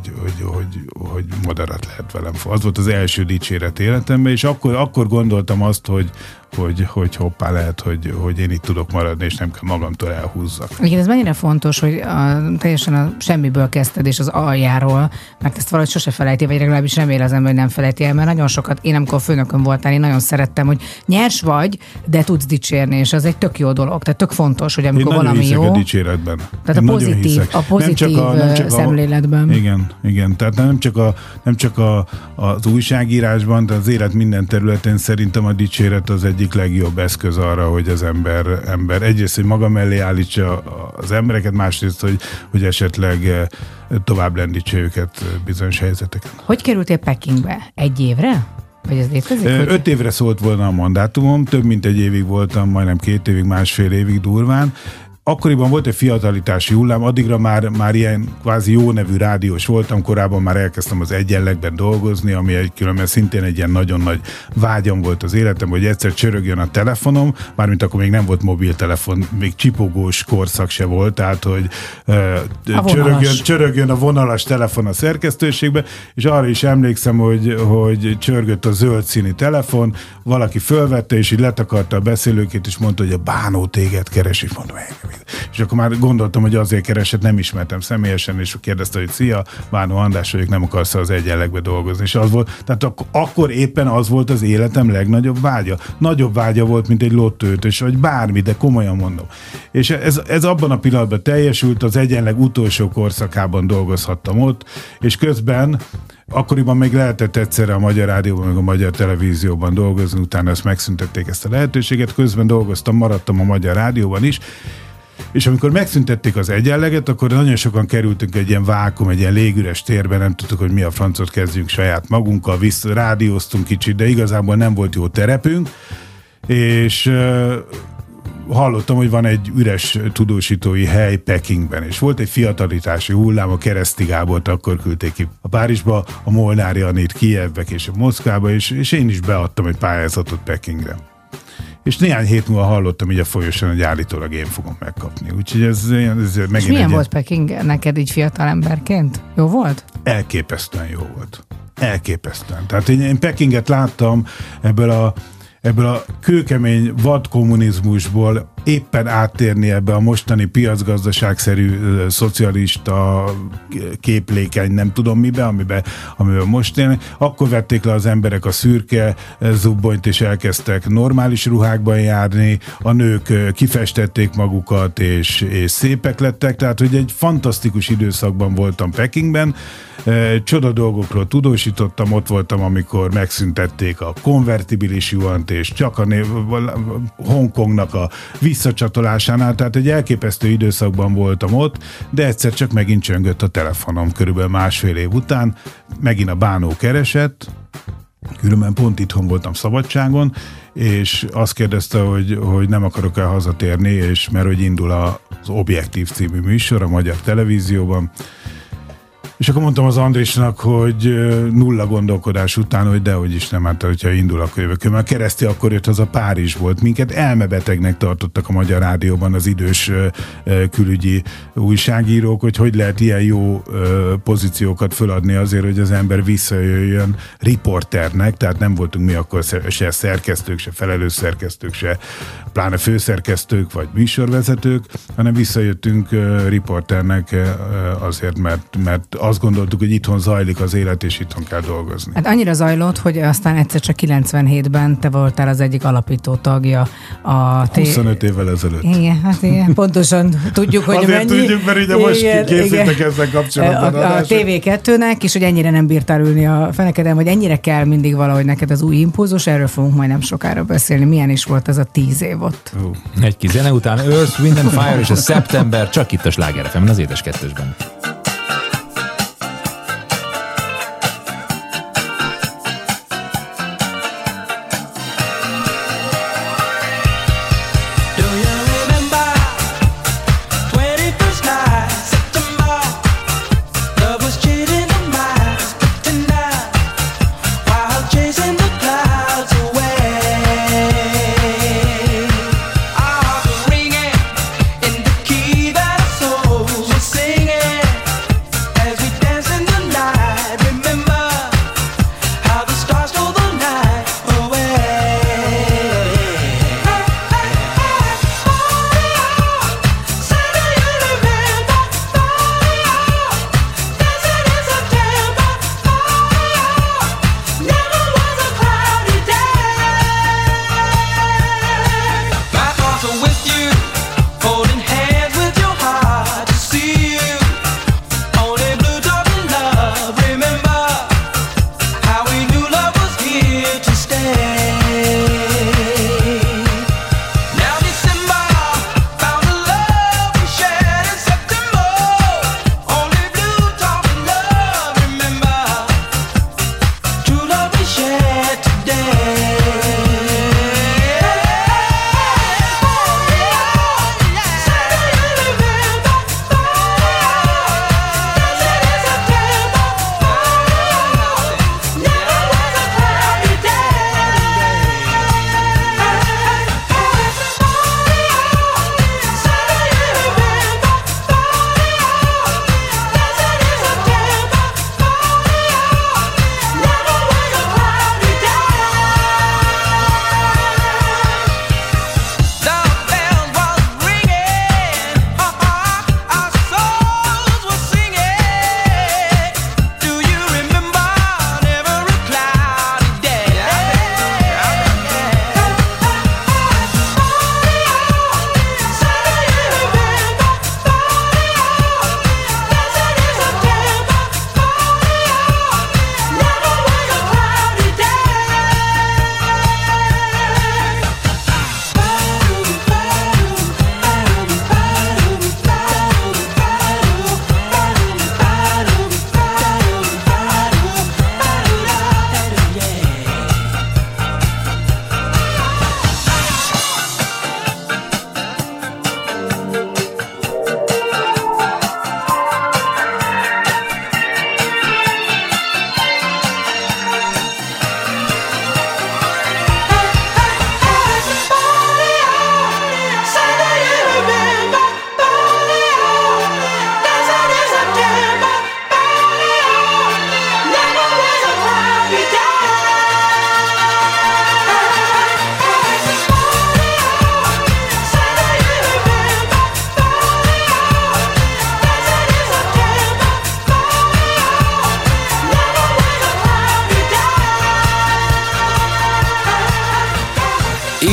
Speaker 7: hogy madarat lehet velem. Az volt az első dicséret életemben, és akkor gondoltam azt, hogy hoppá, lehet, hogy én itt tudok maradni, és nem kell magamtól elhúzzak.
Speaker 3: Igen, ez mennyire fontos, hogy teljesen a semmiből kezdted, és az aljáról, mert ezt valahogy sose felejti, vagy legalábbis remélem az ember, hogy nem felejti el, mert nagyon sokat, én amikor főnökön voltál, én nagyon szerettem, hogy nyers vagy, de tudsz dicsérni, és az egy tök jó dolog, tehát tök fontos, hogy amikor valami jó.
Speaker 7: Én a dicséretben.
Speaker 3: Tehát a pozitív szemléletben.
Speaker 7: Igen, tehát nem csak az újságírásban, de az élet minden területén szerintem a dicséret az egyik legjobb eszköz arra, hogy az ember egyrészt, hogy maga mellé állítsa az embereket, másrészt, hogy esetleg tovább lendítse őket bizonyos helyzeteken.
Speaker 3: Hogy kerültél Pekingbe? 1 évre? Vagy ez létezik?
Speaker 7: 5 évre szólt volna a mandátumom, több mint 1 évig voltam, majdnem 2 évig, 1,5 évig durván. Akkoriban volt egy fiatalitási hullám, addigra már ilyen kvázi jó nevű rádiós voltam, korábban már elkezdtem az Egyenlegben dolgozni, ami különben szintén egy ilyen nagyon nagy vágyam volt az életem, hogy egyszer csörögjön a telefonom, mármint akkor még nem volt mobiltelefon, még csipogós korszak se volt, tehát hogy csörögjön a vonalas telefon a szerkesztőségbe, és arra is emlékszem, hogy csörgött a zöld színű telefon, valaki fölvette, és így letakarta a beszélőkét, és mondta, hogy a Bánó téged keres, és mondom, és akkor már gondoltam, hogy azért keresett, nem ismertem személyesen, és kérdezte, hogy szia, Bánó András vagyok, nem akarsz az Egyenlegbe dolgozni. És az volt, tehát akkor éppen az volt az életem legnagyobb vágya. Nagyobb vágya volt, mint egy lottóötös, vagy bármi, de komolyan mondom. És ez abban a pillanatban teljesült, az Egyenleg utolsó korszakában dolgozhattam ott, és közben akkoriban még lehetett egyszerre a Magyar Rádióban, meg a Magyar Televízióban dolgozni, utána ezt megszüntették, ezt a lehetőséget, közben maradtam a Magyar Rádióban is, és amikor megszüntették az Egyenleget, akkor nagyon sokan kerültünk egy ilyen vákum, egy ilyen légüres térbe, nem tudtuk, hogy mi a francot kezdjünk saját magunkkal, rádióztunk kicsit, de igazából nem volt jó terepünk, és hallottam, hogy van egy üres tudósítói hely Pekingben, és volt egy fiatalitási hullám, a Kereszti Gábort akkor küldték ki a Párizsba, a Molnár Janit Kijevbe és a Moszkvába, és én is beadtam egy pályázatot Pekingre. És néhány hét múlva hallottam így a folyosón, hogy állítólag én fogom megkapni. Úgyhogy ez megint.
Speaker 3: És milyen volt Peking neked így fiatal emberként? Jó volt?
Speaker 7: Elképesztően jó volt. Elképesztően. Tehát én Pekinget láttam ebből a kőkemény vadkommunizmusból éppen áttérni ebbe a mostani piacgazdaságszerű szocialista képlékeny, nem tudom mibe, amiben most élnek. Akkor vették le az emberek a szürke zubbonyt, és elkezdtek normális ruhákban járni, a nők kifestették magukat, és szépek lettek, tehát hogy egy fantasztikus időszakban voltam Pekingben, csoda dolgokról tudósítottam, ott voltam, amikor megszüntették a konvertibilis juant, és csak a Hongkongnak a visszacsatolásánál, tehát egy elképesztő időszakban voltam ott, de egyszer csak megint csöngött a telefonom körülbelül 1,5 év után, megint a Bánó keresett, különben pont itthon voltam szabadságon, és azt kérdezte, hogy nem akarok el hazatérni, és mert hogy indul az Objektív című műsor a Magyar Televízióban, és akkor mondtam az Andrisnak, hogy nulla gondolkodás után, hogy dehogy is nem, hát hogyha indul, akkor jövök. Mert Kereszti akkor jött haza Párizsból. Minket elmebetegnek tartottak a Magyar Rádióban az idős külügyi újságírók, hogy lehet ilyen jó pozíciókat föladni azért, hogy az ember visszajöjjön riporternek, tehát nem voltunk mi akkor se szerkesztők, se felelős szerkesztők, se pláne főszerkesztők vagy műsorvezetők, hanem visszajöttünk riporternek azért, mert azt gondoltuk, hogy itthon zajlik az élet, és itthon kell dolgozni.
Speaker 3: Hát annyira zajlott, hogy aztán egyszer csak 97-ben te voltál az egyik alapító tagja a
Speaker 7: 25 évvel ezelőtt.
Speaker 3: Igen, hát igen, pontosan tudjuk, hogy
Speaker 7: azért
Speaker 3: mennyi.
Speaker 7: tudjuk, mert ugye most készítek ezzel kapcsolatban.
Speaker 3: A TV2-nek, és hogy ennyire nem bírtál ülni a fenekeden, vagy ennyire kell mindig valahogy neked az új impulzus, erről fogunk majd nem sokára beszélni. Milyen is volt ez a 10 év ott?
Speaker 2: Egy kis zene után Earth, Wind and Fire és a September, csak itt a Sláger FM-en, az Édes Kettősben.
Speaker 9: Ringing in the key that souls were singing.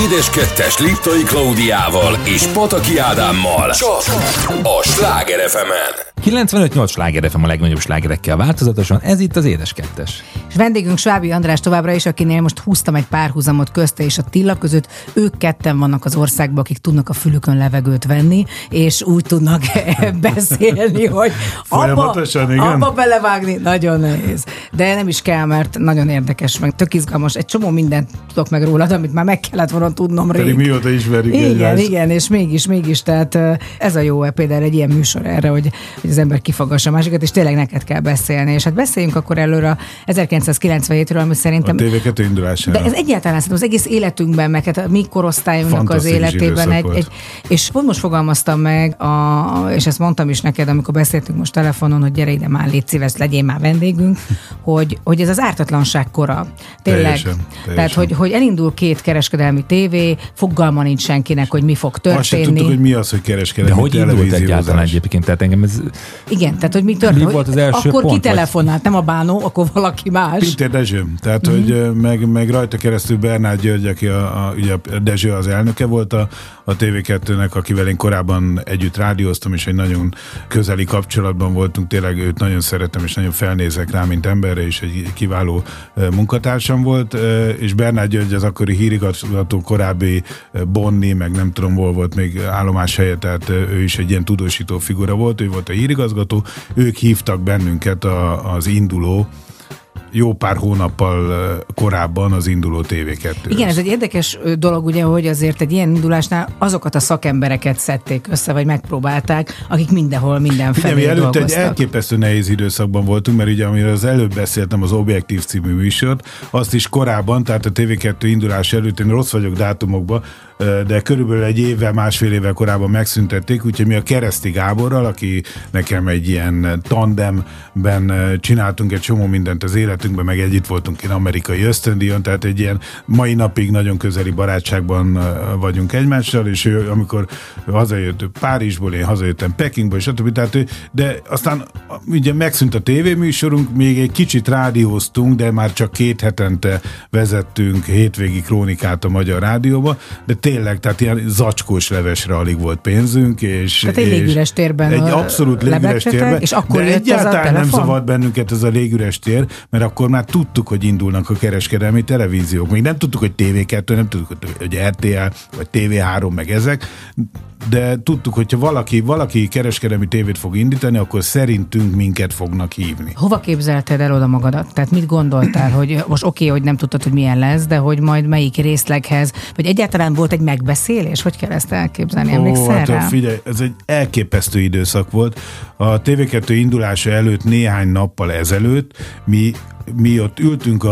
Speaker 1: Édes Kettes Liptai Klaudiával és Pataki Ádámmal csak a Sláger FM-en.
Speaker 2: 95-8 Sláger FM a legnagyobb slágerekkel változatosan, ez itt az Édes Kettes.
Speaker 3: És vendégünk Svábi András továbbra is, akinél most húztam egy párhuzamot közte és Attila között. Ők ketten vannak az országban, akik tudnak a fülükön levegőt venni, és úgy tudnak beszélni, hogy abba belevágni nagyon nehéz. De nem is kell, mert nagyon érdekes, meg tök izgalmas. Egy csomó mindent tudok meg rólad, amit már meg kellett volna tudnom rég.
Speaker 7: Pedig mióta ismerjük
Speaker 3: egymást. Igen, és mégis, tehát ez a jó például egy ilyen műsor erre, hogy az ember kifagassa a másikat, és tényleg neked kell beszélni. És hát beszéljünk akkor előre a 1997-ről, ami szerintem...
Speaker 7: A TV2 indulására.
Speaker 3: De ez egyáltalán szerintem az egész életünkben, meg hát a mi korosztályunknak az életében és pont most fogalmaztam meg, és ezt mondtam is neked, amikor beszéltünk most telefonon, hogy gyere ide már, légy szíves, legyél már vendégünk, hogy ez az ártatlanság kora. Tényleg. Teljesen. Tehát, hogy elindul két kereskedelmi tévé, fogalma nincs senkinek, hogy mi fog történni. Azt sem tudtuk,
Speaker 7: hogy mi az, hogy kereskedelmi
Speaker 2: de hogy indult egyáltalán egyébként? Tehát engem ez...
Speaker 3: Igen, tehát hogy mi történt?
Speaker 2: Mi volt az első
Speaker 3: akkor
Speaker 2: pont,
Speaker 3: ki telefonált, nem a Bánó, akkor valaki más.
Speaker 7: Pintér Dezső. Tehát, hogy meg rajta keresztül Bernát György, aki ugye a Dezső az elnöke volt a TV2-nek, akivel én korábban együtt rádióztam, és egy nagyon közeli kapcsolatban voltunk. Tényleg őt nagyon szeretem, és nagyon felnézek rá, mint emberre, és egy kiváló munkatársam volt, és Bernát György az akkori hírigazgató, korábbi Bonni, meg nem tudom, hol volt még állomáshelye, tehát ő is egy ilyen tudósító figura volt, ő volt a hírigazgató, ők hívtak bennünket az induló, jó pár hónappal korábban az induló TV2.
Speaker 3: Igen, ez egy érdekes dolog, ugye, hogy azért egy ilyen indulásnál azokat a szakembereket szedték össze, vagy megpróbálták, akik mindenhol, mindenfelé
Speaker 7: dolgoztak.
Speaker 3: Előtt
Speaker 7: egy elképesztő nehéz időszakban voltunk, mert ugye amiről az előbb beszéltem, az Objektív című műsort, azt is korábban, tehát a TV2 indulás előtt, én rossz vagyok dátumokban, de körülbelül egy évvel, másfél évvel korábban megszüntették, úgyhogy mi a Kereszti Gáborral, aki nekem egy ilyen tandemben csináltunk egy csomó mindent az életünkben, meg együtt voltunk én amerikai ösztöndíjon, tehát egy ilyen mai napig nagyon közeli barátságban vagyunk egymással, és ő, amikor hazajött Párizsból, én hazajöttem Pekingből, stb. Tehát de aztán ugye megszűnt a tévéműsorunk, még egy kicsit rádióztunk, de már csak 2 hetente vezettünk hétvégi krónikát a Magyar Rádióba, de tényleg, tehát ilyen zacskós levesre alig volt pénzünk, és...
Speaker 3: Tehát egy légüres térben
Speaker 7: egy abszolút légüres térben,
Speaker 3: és akkor
Speaker 7: de egyáltalán nem zavart bennünket ez a légüres tér, mert akkor már tudtuk, hogy indulnak a kereskedelmi televíziók. Még nem tudtuk, hogy TV2, nem tudtuk, hogy RTL, vagy TV3, meg ezek, de tudtuk, hogyha valaki kereskedelmi tévét fog indítani, akkor szerintünk minket fognak hívni.
Speaker 3: Hova képzelted el oda magadat? Tehát mit gondoltál, hogy most oké, hogy nem tudtad, hogy milyen lesz, de hogy majd melyik részleghez, vagy egyáltalán volt egy megbeszélés? Hogy kell ezt elképzelni? Emlékszel rá?
Speaker 7: Figyelj, ez egy elképesztő időszak volt. A TV2 indulása előtt néhány nappal ezelőtt mi ott ültünk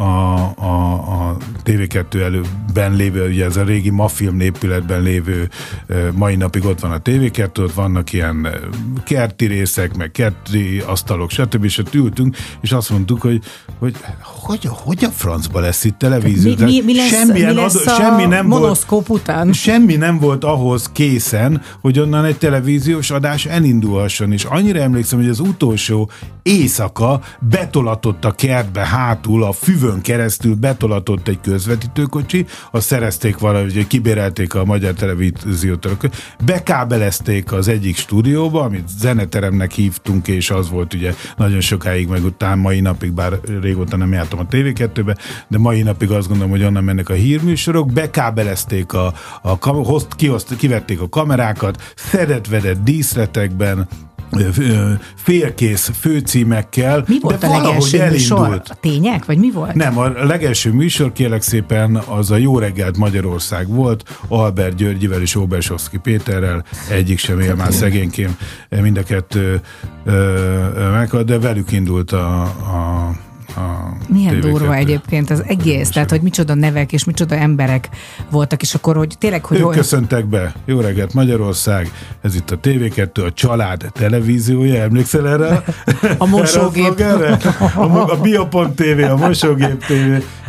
Speaker 7: a TV2 előben lévő, ugye ez a régi Mafilm épületben lévő, mai napig ott van a TV2, ott vannak ilyen kerti részek, meg kerti asztalok, stb. És ott ültünk, és azt mondtuk, hogy a francba lesz itt televízió.
Speaker 3: Mi lesz semmi nem monoszkóp után?
Speaker 7: Semmi nem volt ahhoz készen, hogy onnan egy televíziós adás elindulhasson, és annyira emlékszem, hogy az utolsó éjszaka betolatott a kertbe hátul, a füvön keresztül betolatott egy közvetítőkocsi, azt szerezték valahogy, kibérelték a Magyar Televíziótól, bekábelezték az egyik stúdióba, amit zeneteremnek hívtunk, és az volt ugye nagyon sokáig, meg utána mai napig, bár régóta nem jártam a TV2-be, de mai napig azt gondolom, hogy onnan mennek a hírműsorok, bekábelezték kivették a kamerákat, szedett-vedett díszletekben, félkész főcímekkel,
Speaker 3: mi volt
Speaker 7: de
Speaker 3: a
Speaker 7: valahogy elindult.
Speaker 3: A tények? Vagy mi volt?
Speaker 7: Nem, a legelső műsor, kérlek szépen, az a Jó reggelt Magyarország volt, Albert Györgyivel és Óbersovszky Péterrel, egyik sem él már szegényként, mind a kettő de velük indult a
Speaker 3: milyen
Speaker 7: TV2
Speaker 3: durva egyébként az egész, tehát hogy micsoda nevek és micsoda emberek voltak, és akkor, hogy tényleg, hogy...
Speaker 7: Ők köszöntek be. Jó reggelt Magyarország, ez itt a TV2, a család televíziója, emlékszel erre?
Speaker 3: A mosógép.
Speaker 7: A Biopont TV, a Mosógép TV,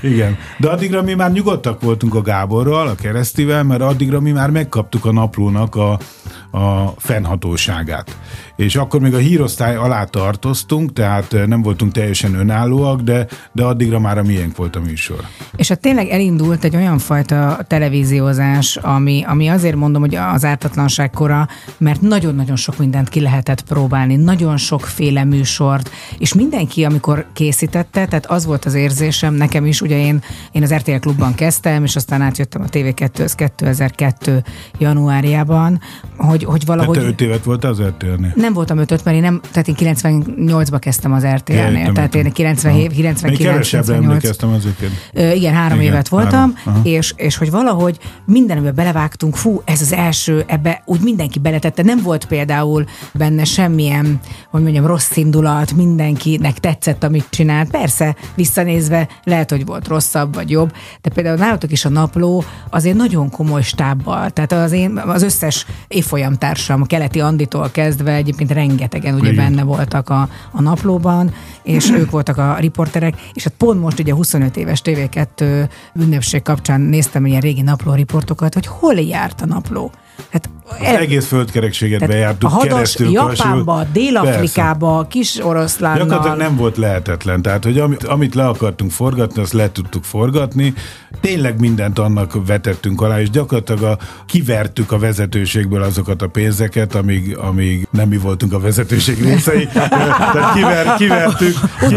Speaker 7: Igen. De addigra mi már nyugodtak voltunk a Gáborral, a Keresztivel, mert addigra mi már megkaptuk a Naplónak a fennhatóságát. És akkor még a hírosztály alá tartoztunk, tehát nem voltunk teljesen önállóak, de addigra már a miénk volt a műsor.
Speaker 3: És hát tényleg elindult egy olyan fajta televíziózás, ami azért mondom, hogy az ártatlanság kora, mert nagyon-nagyon sok mindent ki lehetett próbálni, nagyon sokféle műsort, és mindenki, amikor készítette, tehát az volt az érzésem, nekem is, ugye én az RTL Klubban kezdtem, és aztán átjöttem a TV2-höz 2002. januárjában, hogy valahogy...
Speaker 7: Tehát te 5 évet voltál az RTL-nél?
Speaker 3: Nem voltam 5, mert tehát én 98-ba kezdtem az RTL-nél, tehát én 99-98.
Speaker 7: Kevesebbre emlékeztem azért.
Speaker 3: Igen, 3 évet voltam, és hogy valahogy mindenbe belevágtunk, ez az első, ebbe úgy mindenki beletette, nem volt például benne semmilyen, hogy mondjam, rossz indulat, mindenkinek tetszett, amit csinált. Persze, visszanézve lehet, hogy volt rosszabb vagy jobb, de például nálatok is a Napló azért nagyon komoly stábbal, tehát az összes évfolyamtársam, a Keleti Anditól kezdve egyébként rengetegen ugye benne voltak a Naplóban, és ők voltak a riporterek, és hát pont most ugye 25 éves TV2 ünnepség kapcsán néztem ilyen régi napló riportokat, hogy hol járt a Napló. Hát
Speaker 7: az egész földkerekséget bejártuk keresztül.
Speaker 3: Japánba, Dél-Afrikába, Kis-Oroszlánnal.
Speaker 7: Gyakorlatilag nem volt lehetetlen. Tehát, hogy amit le akartunk forgatni, azt le tudtuk forgatni. Tényleg mindent annak vetettünk alá, és gyakorlatilag kivertük a vezetőségből azokat a pénzeket, amíg nem mi voltunk a vezetőség részei. Tehát kivertük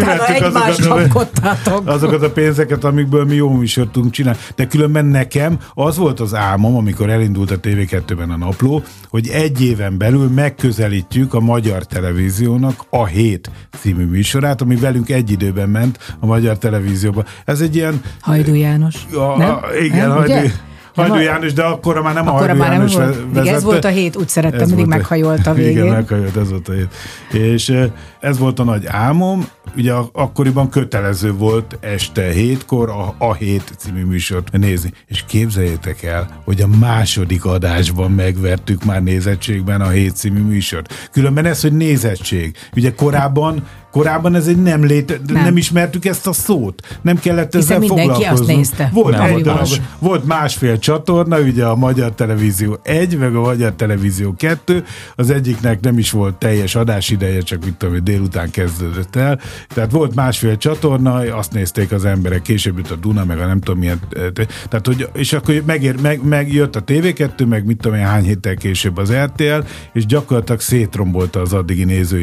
Speaker 7: azokat a pénzeket, amikből mi jó műsort tudunk csinálni. De különben nekem az volt az álmom, amikor elindult a TV2-ben a Napló, hogy egy éven belül megközelítjük a Magyar Televíziónak a Hét című műsorát, ami velünk egy időben ment a Magyar Televízióba. Ez egy ilyen...
Speaker 3: Hajdú János.
Speaker 7: Igen, Hajdú János, de akkor már nem a Hajdú János vezette.
Speaker 3: Ez volt a Hét, úgy szerettem, mindig meghajolt a végén.
Speaker 7: Igen, meghajolt, ez volt a Hét. És ez volt a nagy álmom, ugye akkoriban kötelező volt este 7-kor a Hét című műsort nézni. És képzeljétek el, hogy a második adásban megvertük már nézettségben a Hét című műsort. Különben ez, hogy nézettség. Ugye korábban ez egy nem ismertük ezt a szót. Nem kellett ezzel foglalkozni.
Speaker 3: Mindenki azt nézte.
Speaker 7: Volt másfél csatorna, ugye a Magyar Televízió 1, meg a Magyar Televízió 2. Az egyiknek nem is volt teljes adásideje, csak mit tudom, délután kezdődött el. Tehát volt másfél csatorna, azt nézték az emberek, később jött a Duna, meg a nem tudom milyen. Tehát, hogy, és akkor megjött a TV2, meg mit tudom én hány héttel később az RTL, és gyakorlatilag szétrombolta az addigi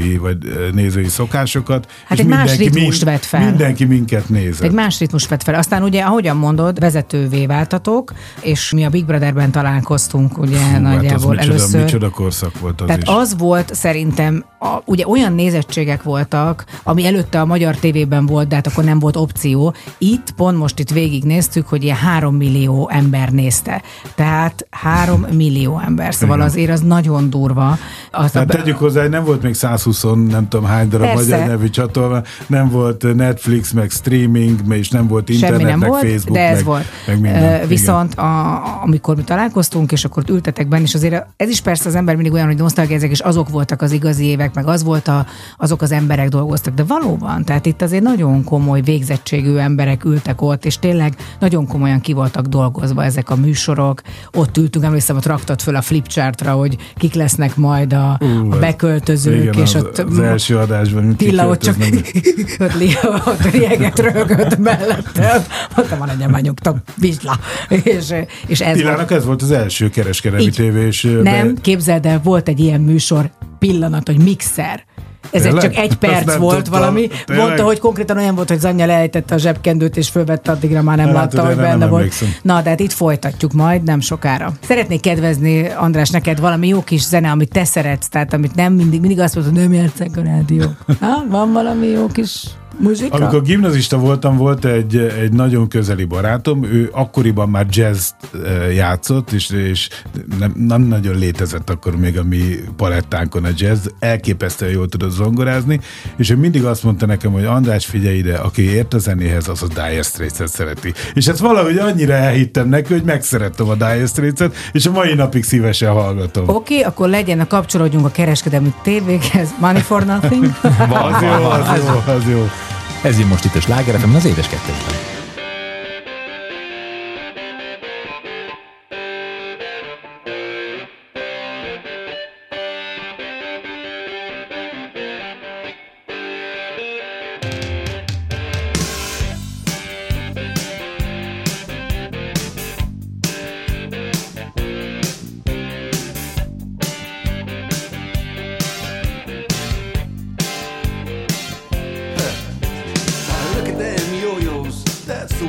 Speaker 7: nézői szokásokat.
Speaker 3: Hát egy más ritmust vett fel.
Speaker 7: Mindenki minket nézett.
Speaker 3: Egy más ritmust vett fel. Aztán ugye, ahogyan mondod, vezetővé váltatok, és mi a Big Brotherben találkoztunk, ugye nagyjából
Speaker 7: hát
Speaker 3: először.
Speaker 7: Micsoda korszak volt az.
Speaker 3: Tehát
Speaker 7: is.
Speaker 3: Az volt szerintem, ugye olyan nézettségek voltak, ami előtte a Magyar TV-ben volt, de hát akkor nem volt opció. Itt végignéztük, hogy ilyen 3 millió ember nézte. Tehát 3 millió ember. Szóval azért az nagyon durva.
Speaker 7: Hát tegyük hozzá, hogy nem volt még 120, nem tudom hány darab magyar nevű csatorna, nem volt Netflix, meg streaming, és nem volt internet,
Speaker 3: semmi nem
Speaker 7: meg
Speaker 3: volt,
Speaker 7: Facebook,
Speaker 3: de ez volt.
Speaker 7: Meg minden.
Speaker 3: Viszont amikor mi találkoztunk, és akkor ültetek benne, és azért ez is persze az ember mindig olyan, hogy nosztalgiázek, és azok voltak az igazi évek, meg azok az emberek dolgoztak, de valóban, tehát itt azért nagyon komoly végzettségű emberek ültek ott, és tényleg nagyon komolyan ki voltak dolgozva ezek a műsorok. Ott ültünk, emlékszem, ott raktad föl a flipchartra, hogy kik lesznek majd a beköltözők,
Speaker 7: igen, és ott az első adásban
Speaker 3: Tilla ott csak ott riegett, röhögött mellettem, mondtam, van legyen már nyugtam, vizsla. És ez
Speaker 7: Tillának ez volt az első kereskedelmi tévés.
Speaker 3: Nem, képzeld el, volt egy ilyen műsor pillanat, hogy Mixer. Ez csak 1 perc volt valami.
Speaker 7: Tényleg?
Speaker 3: Mondta, hogy konkrétan olyan volt, hogy Zanya leejtette a zsebkendőt, és fölvette, addigra már nem látta, hogy benne volt.
Speaker 7: Emlékszem.
Speaker 3: Na, de hát itt folytatjuk majd, nem sokára. Szeretnék kedvezni, András, neked valami jó kis zene, amit te szeretsz, tehát amit nem mindig azt mondod, hogy nem játsszák a rádió. Van valami jó kis muzsika?
Speaker 7: Amikor gimnazista voltam, volt egy nagyon közeli barátom, ő akkoriban már jazz játszott, és nem nagyon létezett akkor még a mi palettánkon a jazz, elképesztően jól tudott zongorázni, és ő mindig azt mondta nekem, hogy András, figyelj ide, aki ért a zenéhez, az a Dire Straits-et szereti. És ezt valahogy annyira elhittem neki, hogy megszerettem a Dire Straits-et, és a mai napig szívesen hallgatom.
Speaker 3: Oké, akkor legyen kapcsolódjunk a kereskedelmi tévékhez. Money for Nothing?
Speaker 7: Az jó.
Speaker 2: Ez így most itt a Sláger FM, az édes kettőben.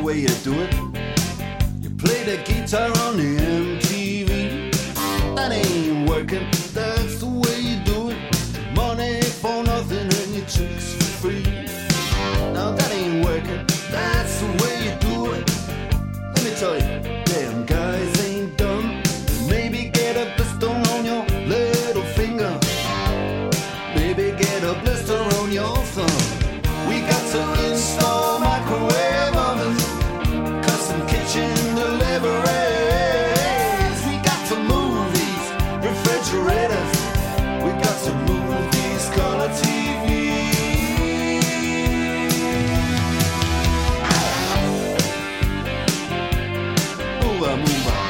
Speaker 9: way you do it. You play the guitar on the MTV. That ain't working, that's the way you do it. Money for nothing and your chicks for free. Now that ain't working, that's the way you do it. Let me tell you, damn guys ain't dumb. Maybe get a blister on your little finger. Maybe get a blister on your thumb. We got to install microwave ovens, custom kitchen deliveries. We got to move these refrigerators. We got to move these color TVs. Move on, move on.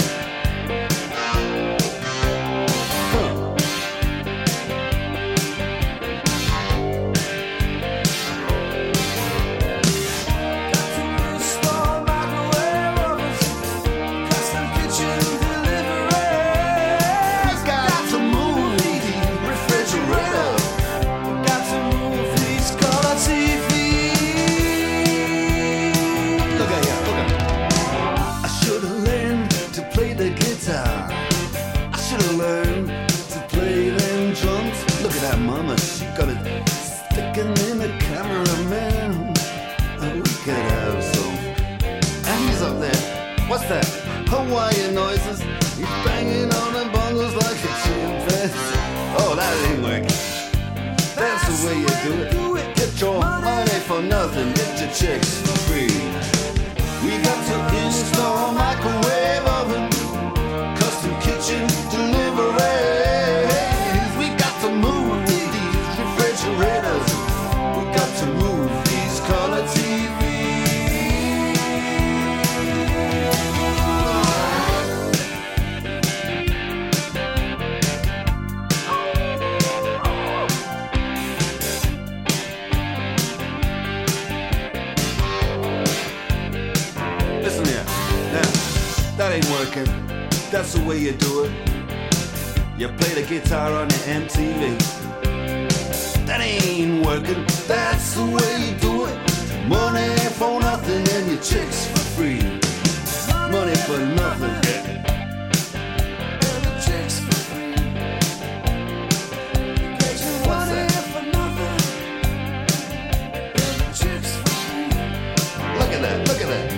Speaker 9: What's that? Hawaiian noises. He's banging on the bongos like a chimpanzee. Oh, that ain't working. That's the way you do it. Get your money for nothing. Get your chicks for free. We got to install microwave oven, custom kitchen deliveries. We got to move these refrigerators. We got to move these color TVs. That ain't working, that's the way you do it. You play the guitar on the MTV. That ain't working, that's the way you do it. Money for nothing and your chicks for free. Money for nothing and your chicks for free. What's that? For nothing and your chicks for free. Look at that, look at that.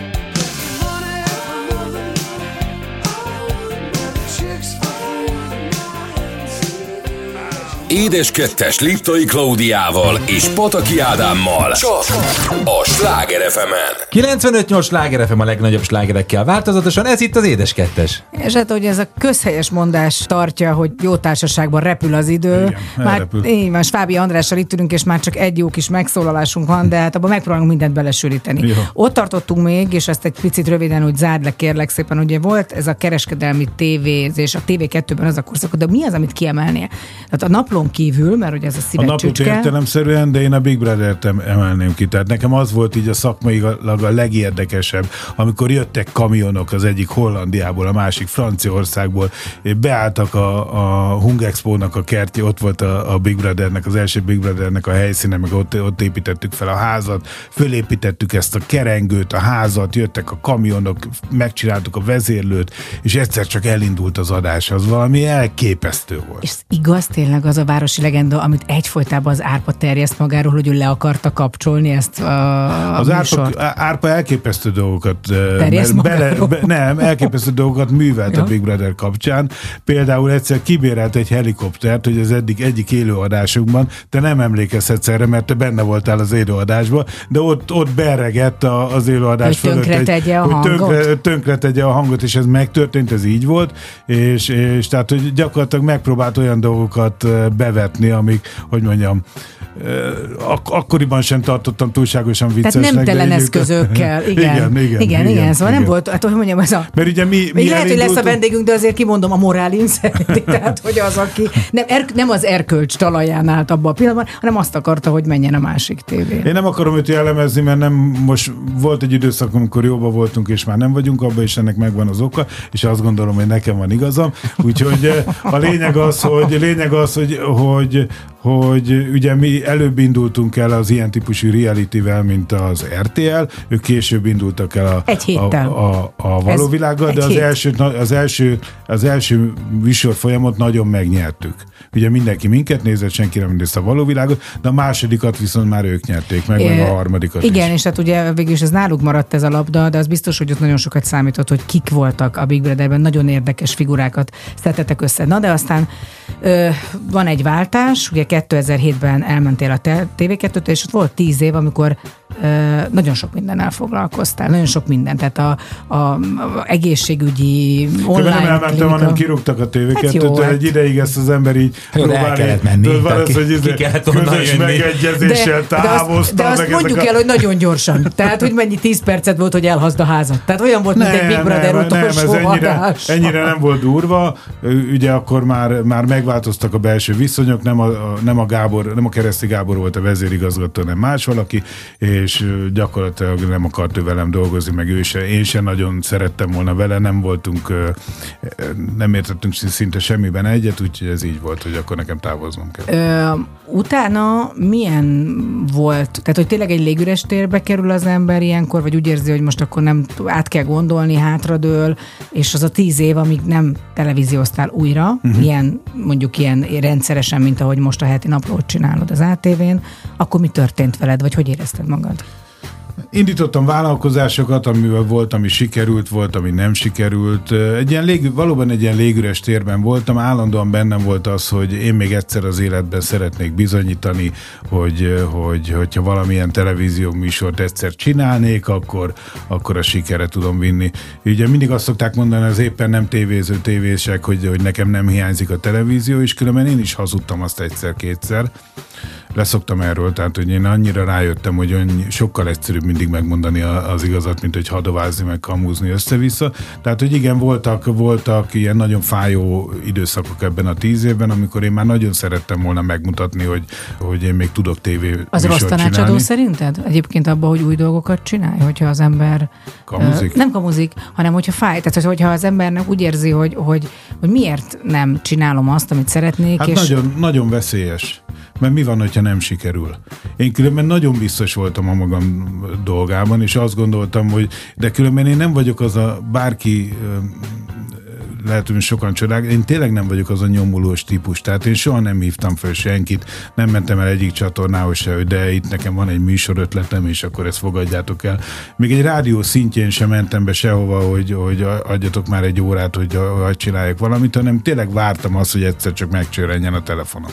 Speaker 1: Édes Kettes Liptai Klaudiával és Pataki Ádámmal csak a Sláger FM-en.
Speaker 2: 95-8 Sláger FM a legnagyobb slágerekkel változatosan, ez itt az Édes Kettes.
Speaker 3: És hát, hogy ez a közhelyes mondás tartja, hogy jó társaságban repül az idő.
Speaker 7: Igen,
Speaker 3: már így van, Svábi Andrással itt ülünk, és már csak egy jó kis megszólalásunk van, de hát abban megpróbálunk mindent belesűríteni.
Speaker 7: Jó.
Speaker 3: Ott tartottunk még, és ezt egy picit röviden úgy zárd le, kérlek szépen, ugye volt ez a kereskedelmi tévézés, a TV2-ben az a korszak, de mi az, amit kiemelnél? Tehát a naplón kívül, mert ugye ez a szíved
Speaker 7: A napot
Speaker 3: csücske.
Speaker 7: értelemszerűen, de én a Big Brothert emelném ki. Tehát nekem az volt így a szakmailag a legérdekesebb, amikor jöttek kamionok az egyik Hollandiából, a másik Franciaországból, beálltak a Hungexpo-nak a kertje, ott volt a Big Brothernek, az első Big Brothernek a helyszíne, meg ott építettük fel a házat, fölépítettük ezt a kerengőt, a házat, jöttek a kamionok, megcsináltuk a vezérlőt, és egyszer csak elindult az adás. Az valami elképesztő volt.
Speaker 3: És igaz tényleg az a városi legenda, amit egyfolytában az Árpa terjeszt magáról, hogy ő le akarta kapcsolni ezt a műsort.
Speaker 7: Árpa elképesztő dolgokat
Speaker 3: Nem,
Speaker 7: elképesztő dolgokat művelt a Big Brother kapcsán. Például egyszer kibérelt egy helikoptert, hogy az egyik élőadásunkban, te nem emlékezhetsz erre, mert te benne voltál az élőadásban, de ott berregett az élőadás
Speaker 3: hogy
Speaker 7: fölött, tönkretegye a hangot, és ez megtörtént, ez így volt, és tehát, hogy gyakorlatilag megpróbált olyan dolgokat bevetni, amik, hogy mondjam, akkoriban sem tartottam túlságosan viccesnek.
Speaker 3: Tehát nem telen eszközökkel. Igen. Szóval nem volt, hát hogy mondjam, ez a...
Speaker 7: Mert ugye mi
Speaker 3: lehet, hogy lesz a vendégünk, de azért kimondom a morálin szerinti, tehát hogy az, aki nem az erkölcs talaján állt abban a pillanatban, hanem azt akarta, hogy menjen a másik tévén.
Speaker 7: Én nem akarom őt jellemezni, mert nem, most volt egy időszak, amikor jóba voltunk, és már nem vagyunk abban, és ennek megvan az oka, és azt gondolom, hogy nekem van igazam. Úgyhogy a lényeg az, hogy hogy ugye mi előbb indultunk el az ilyen típusú reality-vel, mint az RTL, ők később indultak el
Speaker 3: Egy héttel.
Speaker 7: a való
Speaker 3: Ez
Speaker 7: világgal,
Speaker 3: egy
Speaker 7: de az első műsor folyamot nagyon megnyertük. Ugye mindenki minket nézett, senki nem nézte a való világot, de a másodikat viszont már ők nyerték meg a harmadikat
Speaker 3: igen,
Speaker 7: is.
Speaker 3: és hát ugye végül is ez náluk maradt ez a labda, de az biztos, hogy ott nagyon sokat számított, hogy kik voltak a Big Brotherben, nagyon érdekes figurákat szedtetek össze. Na de aztán van egy váltás, ugye 2007-ben elmentél a TV2-t, és ott volt 10 év, amikor nagyon sok mindennel foglalkoztál, nagyon sok minden, tehát a egészségügyi online
Speaker 7: nem elmentem, hanem kirúgtak a TV2-től,
Speaker 3: hát
Speaker 7: egy ideig ezt az ember így
Speaker 2: el kellett menni.
Speaker 7: hogy közös megegyezéssel távoztam.
Speaker 3: De azt mondjuk el, hogy nagyon gyorsan. Tehát, hogy mennyi 10 percet volt, hogy elhazd a házat. Tehát olyan volt, mint egy Big Brother utolsó adás.
Speaker 7: Ennyire nem volt durva. Ugye akkor már megváltoztak a belső viszonyok, nem a Kereszti Gábor volt a vezérigazgató, nem más valaki, és gyakorlatilag nem akart ő velem dolgozni, meg ő se. Én sem nagyon szerettem volna vele, nem értettünk szinte semmiben egyet, úgyhogy ez így volt, hogy akkor nekem távoznom kell.
Speaker 3: Utána milyen volt? Tehát, hogy tényleg egy légüres térbe kerül az ember ilyenkor, vagy úgy érzi, hogy most akkor nem át kell gondolni, hátradől, és az a 10 év, amíg nem televízióztál újra, mondjuk ilyen rendszeresen, mint ahogy most a heti naplót csinálod az ATV-n, akkor mi történt veled, vagy hogy érezted magad?
Speaker 7: Indítottam vállalkozásokat, amivel volt, ami sikerült, volt, ami nem sikerült. Valóban egy ilyen légüres térben voltam, állandóan bennem volt az, hogy én még egyszer az életben szeretnék bizonyítani, hogyha valamilyen televízió műsort egyszer csinálnék, akkor a sikerre tudom vinni. Ugye mindig azt szokták mondani az éppen nem tévések, hogy nekem nem hiányzik a televízió, és különben én is hazudtam azt egyszer-kétszer. Leszoktam erről, tehát hogy én annyira rájöttem, hogy sokkal egyszerűbb mindig megmondani az igazat, mint hogy hadovázni, meg kamúzni össze-vissza. Tehát, hogy igen, voltak ilyen nagyon fájó időszakok ebben a 10 évben, amikor én már nagyon szerettem volna megmutatni, hogy én még tudok tévéműsort
Speaker 3: az rossz tanácsadó
Speaker 7: csinálni.
Speaker 3: szerinted? Egyébként abban, hogy új dolgokat csinálj, hogyha az ember
Speaker 7: kamuzik?
Speaker 3: Nem kamuzik, hanem hogyha fáj. Tehát, hogyha az embernek úgy érzi, hogy miért nem csinálom azt, amit szeretnék.
Speaker 7: Hát és nagyon veszélyes. Mert mi van, hogyha nem sikerül? Én különben nagyon biztos voltam a magam dolgában, és azt gondoltam, hogy de különben én nem vagyok az a bárki, lehet, hogy sokan csodálják, én tényleg nem vagyok az a nyomulós típus, tehát én soha nem hívtam fel senkit, nem mentem el egyik csatornához se, hogy de itt nekem van egy műsorötletem, és akkor ezt fogadjátok el. Még egy rádió szintjén sem mentem be sehova, hogy adjatok már egy órát, hogy csinálják valamit, hanem tényleg vártam azt, hogy egyszer csak megcsörrenjen a telefonom.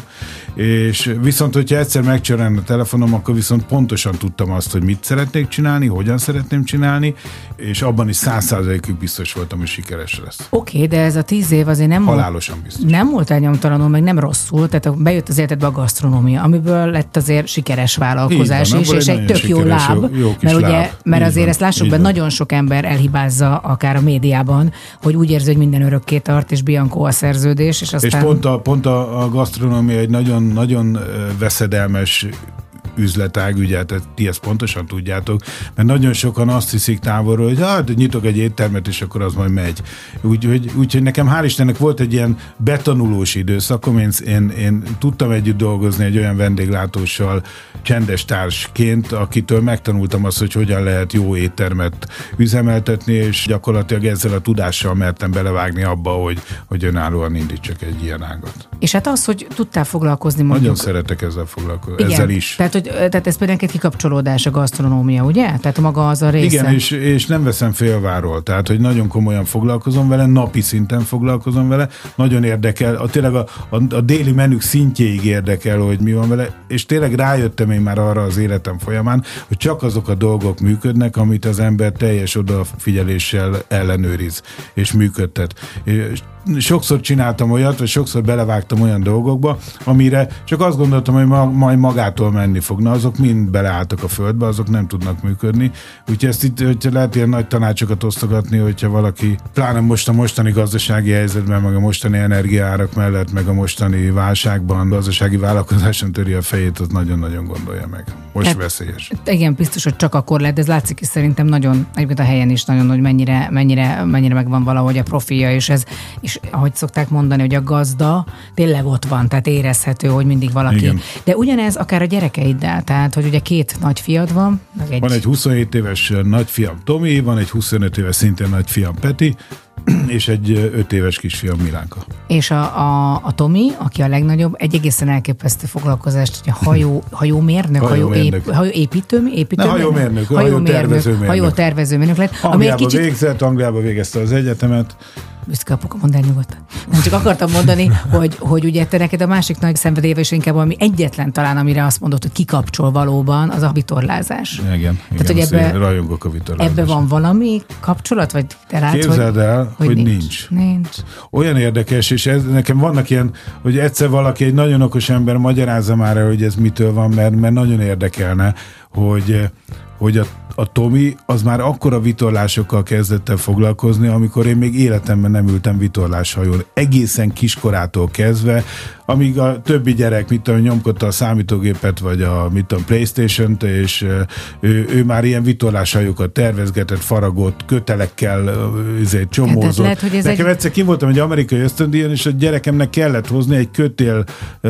Speaker 7: És viszont, hogyha egyszer megcsörren a telefonom, akkor viszont pontosan tudtam azt, hogy mit szeretnék csinálni, hogyan szeretném csinálni, és abban is 100%-ig biztos voltam, hogy sikeres lesz.
Speaker 3: Oké, de ez a 10 év azért nem
Speaker 7: halálosan biztos.
Speaker 3: Nem volt elnyomtalanul, meg nem rosszul, tehát bejött az életedbe a gasztronómia, amiből lett azért sikeres vállalkozás is, és egy tök jó láb, mert azért ezt lássuk be, nagyon sok ember elhibázza akár a médiában, hogy úgy érzi, hogy minden örökké tart, és bianco a szerződés, és aztán...
Speaker 7: És pont a gasztronómia egy nagyon veszedelmes üzletág, ugye, tehát ti ezt pontosan tudjátok, mert nagyon sokan azt hiszik távolról, hogy hát nyitok egy éttermet, és akkor az majd megy. Úgyhogy nekem hál' Istennek volt egy ilyen betanulós időszakom, én tudtam együtt dolgozni egy olyan vendéglátóssal, csendes társként, akitől megtanultam azt, hogy hogyan lehet jó éttermet üzemeltetni, és gyakorlatilag ezzel a tudással mertem belevágni abba, hogy önállóan indítsak egy ilyen ágat.
Speaker 3: És hát az, hogy tudtál foglalkozni mondjuk...
Speaker 7: Nagyon szeretek ezzel foglalkozni,
Speaker 3: igen,
Speaker 7: ezzel is.
Speaker 3: Tehát ez például neked kikapcsolódás a gasztronómia, ugye? Tehát maga az a része.
Speaker 7: Igen, és nem veszem félváról, tehát hogy nagyon komolyan foglalkozom vele, napi szinten foglalkozom vele, nagyon érdekel, tényleg a déli menük szintjéig érdekel, hogy mi van vele, és tényleg rájöttem én már arra az életem folyamán, hogy csak azok a dolgok működnek, amit az ember teljes odafigyeléssel ellenőriz, és működtet. És sokszor csináltam olyat, vagy sokszor belevágtam olyan dolgokba, amire csak azt gondoltam, hogy majd magától menni fogna, azok mind beleálltak a földbe, azok nem tudnak működni. Úgyhogy ezt itt hogyha lehet ilyen nagy tanácsokat osztogatni, hogyha valaki, pláne most a mostani gazdasági helyzetben, meg a mostani energiaárak mellett, meg a mostani válságban, gazdasági vállalkozáson töri a fejét, az nagyon-nagyon gondolja meg. most
Speaker 3: Tehát-
Speaker 7: veszélyes.
Speaker 3: Igen, biztos, hogy csak akkor lehet, de ez látszik is szerintem nagyon, egyébként a helyen is nagyon, hogy mennyire megvan valahogy a profilja, és ahogy szokták mondani, hogy a gazda tényleg ott van, tehát érezhető, hogy mindig valaki.
Speaker 7: Igen.
Speaker 3: De ugyanez akár a gyerekeiddel, tehát, hogy ugye 2 nagy fiad van, meg
Speaker 7: Van egy 27 éves nagyfiam Tomi, van egy 25 éves szintén nagyfiam Peti, és egy 5 éves kisfiam Milánka.
Speaker 3: és a Tomi, aki a legnagyobb, egy egészen elképesztő foglalkozást, hogy a hajómérnök, hajóépítő,
Speaker 7: hajótervezőmérnök.
Speaker 3: hajótervezőmérnök lett, ami egy
Speaker 7: Angliába
Speaker 3: kicsit
Speaker 7: végzett, Angliába végezte az egyetemet.
Speaker 3: büszke apuka, mondd el nyugodtan. Nem csak akartam mondani, hogy ugye te neked a másik nagy szenvedélyeve is inkább valami egyetlen talán, amire azt mondod, hogy kikapcsol valóban, az a vitorlázás.
Speaker 7: Igen,
Speaker 3: hogy
Speaker 7: azt rajongok a vitorlázásra.
Speaker 3: Ebbe van valami kapcsolat, vagy te látsz,
Speaker 7: Képzeld el, hogy nincs. Olyan érdekes, és nekem vannak ilyen, hogy egyszer valaki, egy nagyon okos ember magyarázza már el, hogy ez mitől van, mert nagyon érdekelne, hogy a Tomi az már akkora vitorlásokkal kezdett el foglalkozni, amikor én még életemben nem ültem vitorláshajón. Egészen kiskorától kezdve, amíg a többi gyerek, nyomkodta a számítógépet, vagy a PlayStation-t, és ő már ilyen vitorláshajókat tervezgetett, faragott, kötelekkel csomózott.
Speaker 3: Lehet,
Speaker 7: Nekem egyszer kim voltam egy amerikai ösztöndíjon, és a gyerekemnek kellett hozni egy kötél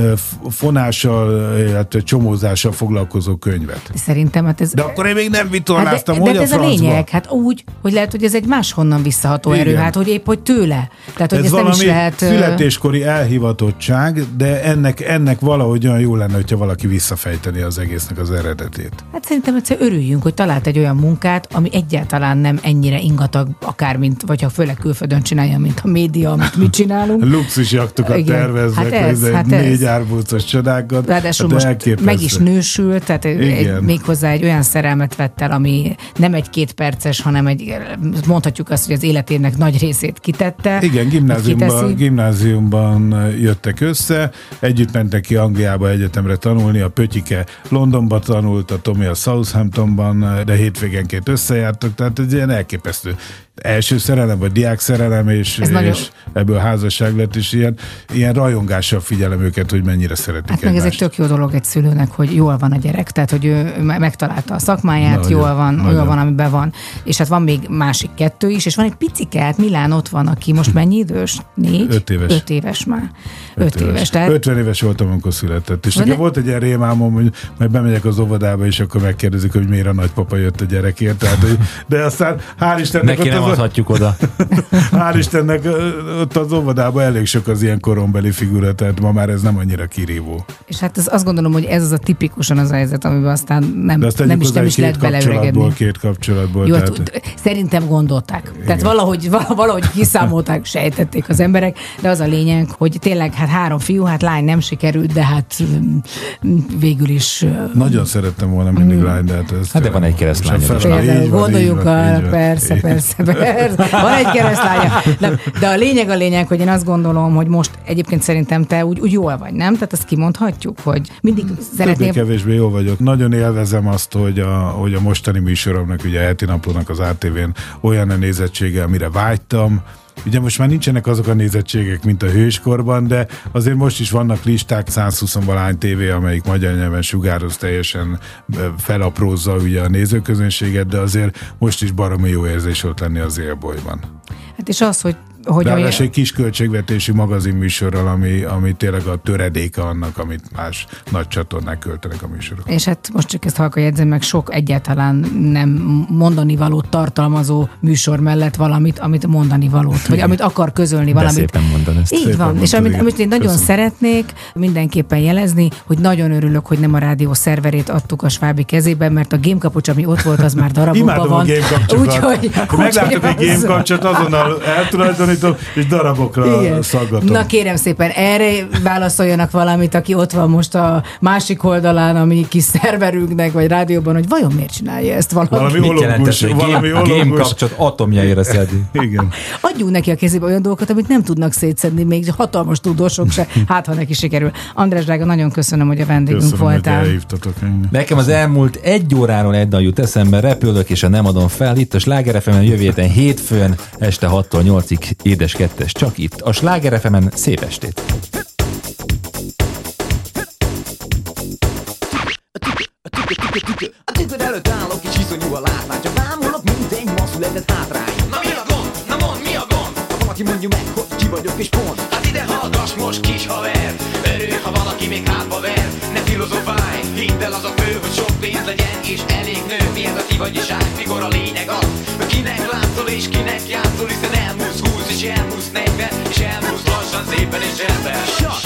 Speaker 7: fonással, illetve csomózással foglalkozó könyvet.
Speaker 3: Szerintem hát ez...
Speaker 7: De akkor én még nem vitorláztam,
Speaker 3: de
Speaker 7: hogy
Speaker 3: ez
Speaker 7: a
Speaker 3: a
Speaker 7: francba.
Speaker 3: lényeg, hát úgy, hogy lehet, hogy ez egy máshonnan visszaható erő,
Speaker 7: Igen.
Speaker 3: hát hogy épp, hogy tőle. Tehát, hogy
Speaker 7: Ez
Speaker 3: ez nem is
Speaker 7: valami
Speaker 3: lehet...
Speaker 7: születéskori elhivatottság, de ennek valahogy olyan jó lenne, hogyha valaki visszafejteni az egésznek az eredetét.
Speaker 3: Hát szerintem egyszer örüljünk, hogy talált egy olyan munkát, ami egyáltalán nem ennyire ingatag, akár mint, vagy ha főleg külföldön csinálja, mint a média, amit mi csinálunk.
Speaker 7: Luxusjaktokat
Speaker 3: Igen.
Speaker 7: terveznek,
Speaker 3: Hát ez.
Speaker 7: 4 árbócos csodákat.
Speaker 3: Ráadásul
Speaker 7: Hát
Speaker 3: most
Speaker 7: elképesztő.
Speaker 3: meg is nősült, tehát
Speaker 7: Igen.
Speaker 3: méghozzá egy olyan szerelmet vett el, ami nem egy 2 perces, hanem mondhatjuk azt, hogy az életének nagy részét kitette.
Speaker 7: Igen, gimnáziumban jöttek össze, együtt mentek ki Angliába egyetemre tanulni, a Pötyike Londonba tanult, a Tomi a Southamptonban, de hétvégenként összejártak, tehát egy ilyen elképesztő első szerelem, vagy diák szerelem, és ebből házasság lett, és ilyen rajongással figyelem őket, hogy mennyire szeretik
Speaker 3: Hát meg ez egy tök jó dolog egy szülőnek, hogy jól van a gyerek, tehát hogy ő megtalálta a szakmáját, jól van, amiben van. És hát van még másik 2 is, és van egy picike, hát Milán ott van, aki most mennyi idős? 4?
Speaker 7: 5 éves.
Speaker 3: 5 éves már. 5 éves. Tehát...
Speaker 7: 50 éves voltam, amikor született. És nekem volt egy ilyen rémálmom, hogy majd bemegyek az óvodába, és akkor megkérdezik, hogy miért a nagypapa jött a gyerekért. Tehát, de aztán hál' Istennek...
Speaker 2: Neki nem adhatjuk oda.
Speaker 7: Hál' Istennek ott az óvodában elég sok az ilyen korombeli figura, tehát ma már ez nem annyira kirívó.
Speaker 3: És hát azt gondolom, hogy ez az a tipikusan az a helyzet, amiben aztán nem is lehet beleöregedni.
Speaker 7: Két kapcsolatból.
Speaker 3: Jó, szerintem gondolták. Tehát valahogy kiszámolták, sejtették az emberek, de az a lényeg, hogy tényleg hát 3 fiú, hát lány nem sikerült, de hát végül is...
Speaker 7: Nagyon szerettem volna mindig lány, de hát ez...
Speaker 2: Hát de van egy keresztlány.
Speaker 3: Gondoljuk persze. Van egy keresztlánya. De a lényeg, hogy én azt gondolom, hogy most egyébként szerintem te úgy jól vagy, nem? Tehát azt kimondhatjuk, hogy mindig szeretném...
Speaker 7: Többé-kevésbé jól vagyok. Nagyon élvezem azt, hogy a mostani műsoromnak, ugye a Heti Naplónak az ATV-n olyan a nézettsége, amire vágytam. Ugye most már nincsenek azok a nézettségek, mint a hőskorban, de azért most is vannak listák, 120-valány tévé, amelyik magyar nyelven sugároz, teljesen felaprózza ugye a nézőközönséget, de azért most is baromi jó érzés ott lenni az élbolyban.
Speaker 3: Hát és az, hogy
Speaker 7: ráadásul egy kis költségvetési magazinműsorral, ami tényleg a töredéke annak, amit más nagy csatornák költenek a műsorok.
Speaker 3: És hát most csak ezt halka jegyzem meg, sok egyáltalán nem mondani valót tartalmazó műsor mellett valamit, amit mondani valót, vagy amit akar közölni valamit.
Speaker 2: Szépen mondani ezt.
Speaker 3: Így van, és amit én nagyon szeretnék mindenképpen jelezni, hogy nagyon örülök, hogy nem a rádió szerverét adtuk a Svábi kezében, mert a gémkapocs, ami ott volt, az már darabokban van.
Speaker 7: Úgyhogy meglátok egy gémkapcsot, azonnal eltulajdonítom, és darabokra szaggatom.
Speaker 3: Na kérem szépen, erre válaszoljanak valamit, aki ott van most a másik oldalán, a mi kis szerverünknek, vagy rádióban, hogy vajon miért csinálja ezt valaki.
Speaker 2: Mit jelent ez, hogy gémkapcsot atomjaira szedi?
Speaker 7: Igen.
Speaker 3: Adjunk neki a kezébe olyan dolgokat, amit nem tudnak szétszedni, még hatalmas tudósok se, hát ha neki sikerül. András drága, nagyon köszönöm, hogy a vendégünk voltál.
Speaker 7: Hogy elhívtatok engem.
Speaker 2: Nekem az elmúlt 1 óráról egy dal jut eszembe, repülök és nem adom fel. Itt a Sláger FM-en jövő héten hétfőn este 6-tól 8-ig Édes Kettes, csak itt. A Sláger FM-en szép estét!
Speaker 10: tükö. A tükör előtt állok és iszonyú a látvány. Csak bámulok, mint egy ma született hátrány.
Speaker 11: Na mi a gond? Na mondd, mi a gond?
Speaker 10: Ha valaki mondja meg, hogy ki vagyok és pont.
Speaker 11: Hát ide hallgass most, kis haver. Örülj, ha valaki még hátba ver. Ne filozofálj, hidd el, az a fő, hogy sok pénz legyen és elég nő. Miért a ti vagy is áll, mikor a lényeg az, hogy kinek látszol és kinek játszol. Hiszen elmúlsz 20 és elmúlsz 40 és elmúlsz lassan szépen és elben.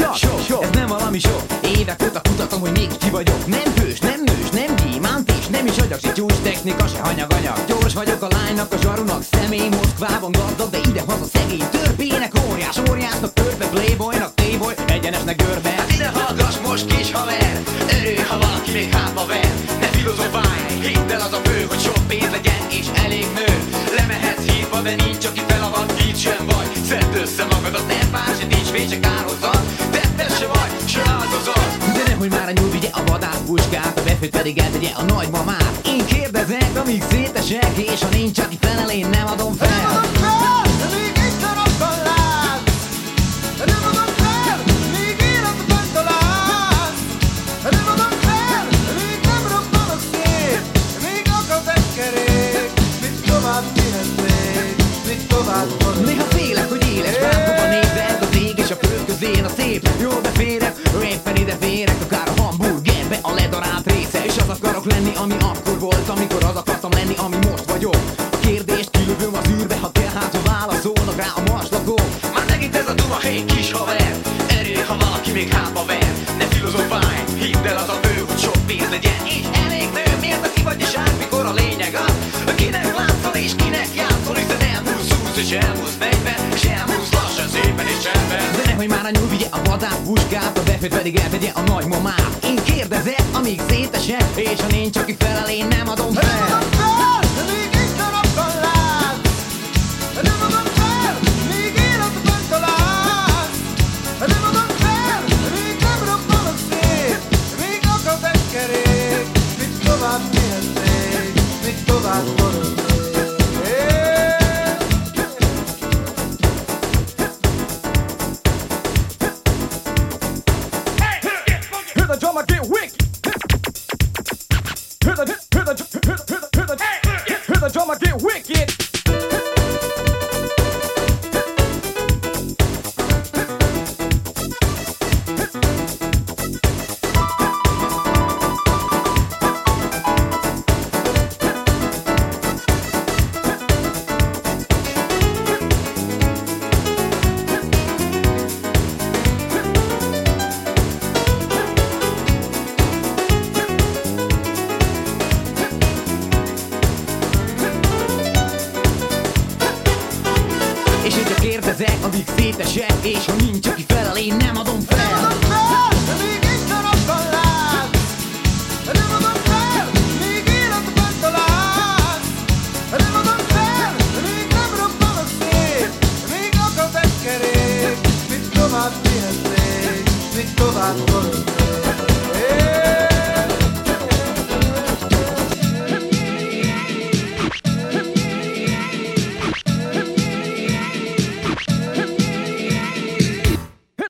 Speaker 10: Ez nem valami sok. Évek óta kutatom, hogy még ki vagyok. Nem hős, nem nős, nem gyémánt és nem is agyak. Se csúcs technika, se hanyag-anyag. Gyors vagyok a lánynak, a zsarunak. Személy Moszkvában gazdag, de ide-haza szegény. Törpének óriásnak, törpe playboynak, téboly, egyenesnek görbe.
Speaker 11: Hát ide hallgass most, kis haver. Örülj, ha valaki még hátba ver. Ne filozofálj, hidd el, az a fő, hogy sok pénz legyen és elég nő. Lemehetsz hídba, de nincs, aki felavat, így sem vagy. Szedd össze magadat, nem más, nincs fény, se kárhozat. Tettes se vagy, se áldozat.
Speaker 10: De nehogy már a nyúl vigye a vadászpuskát, a befőt pedig eltegye a nagymamát. Én kérdezek, amíg szétesek, és ha nincs, aki felel, én nem adom fel. Nem adom fel, míg Isten abban lát. Nem adom fel, míg életben találsz. Nem adom fel, míg nem robbanok szét. Míg akad egy kerék, mit tovább kihetnék, mit tovább maradnék. Néha félek, hogy éles bánkóban nézek, az ég és a föld közén a szép. Jól beférek, éppen ide férek, akár a hamburgerbe a ledarált része. És az akarok lenni, ami akkor volt, amikor az akartam lenni, ami most vagyok. A kérdést kilövöm az űrbe, ha kell, hát ha válaszolnak rá a marslakók.
Speaker 11: Már megint ez a duma, hé kis haver. Örülj, ha valaki még hátba ver. Ne filozofálj, hidd el, az a fő, hogy sok pénz legyen és elég nő. Miért a ki vagy és át, mikor a lényeg az, kinek látszol és kinek játszol. Hiszen elmúlsz 20 és elmúlsz 40 és elmúlsz lassan szépen és csendben.
Speaker 10: De nehogy már a nyúl vigye a vadászpuskát, a befőt pedig eltegye a nagymamát. Én kérdezek, amíg szétesek, és ha nincs, aki felel, én nem adom fel. Nem adom fel, míg Isten abban lát. Nem adom fel, míg életben találsz. Nem adom fel, míg nem robbanok szét. Míg akad egy kerék, mit tovább mihetnék, mit tovább maradnék. Hear the drummer get wicked. Hear the drummer get wicked. És én csak kérdezek, amíg szétesek, és ha nincs, aki felel, én nem adom fel. Nem adom fel, míg Isten abban lát. Nem adom fel, míg életben találsz. Nem adom fel, míg nem robbanok szét. Míg akad egy kerék, mit tovább mihetnék, mit tovább maradnék.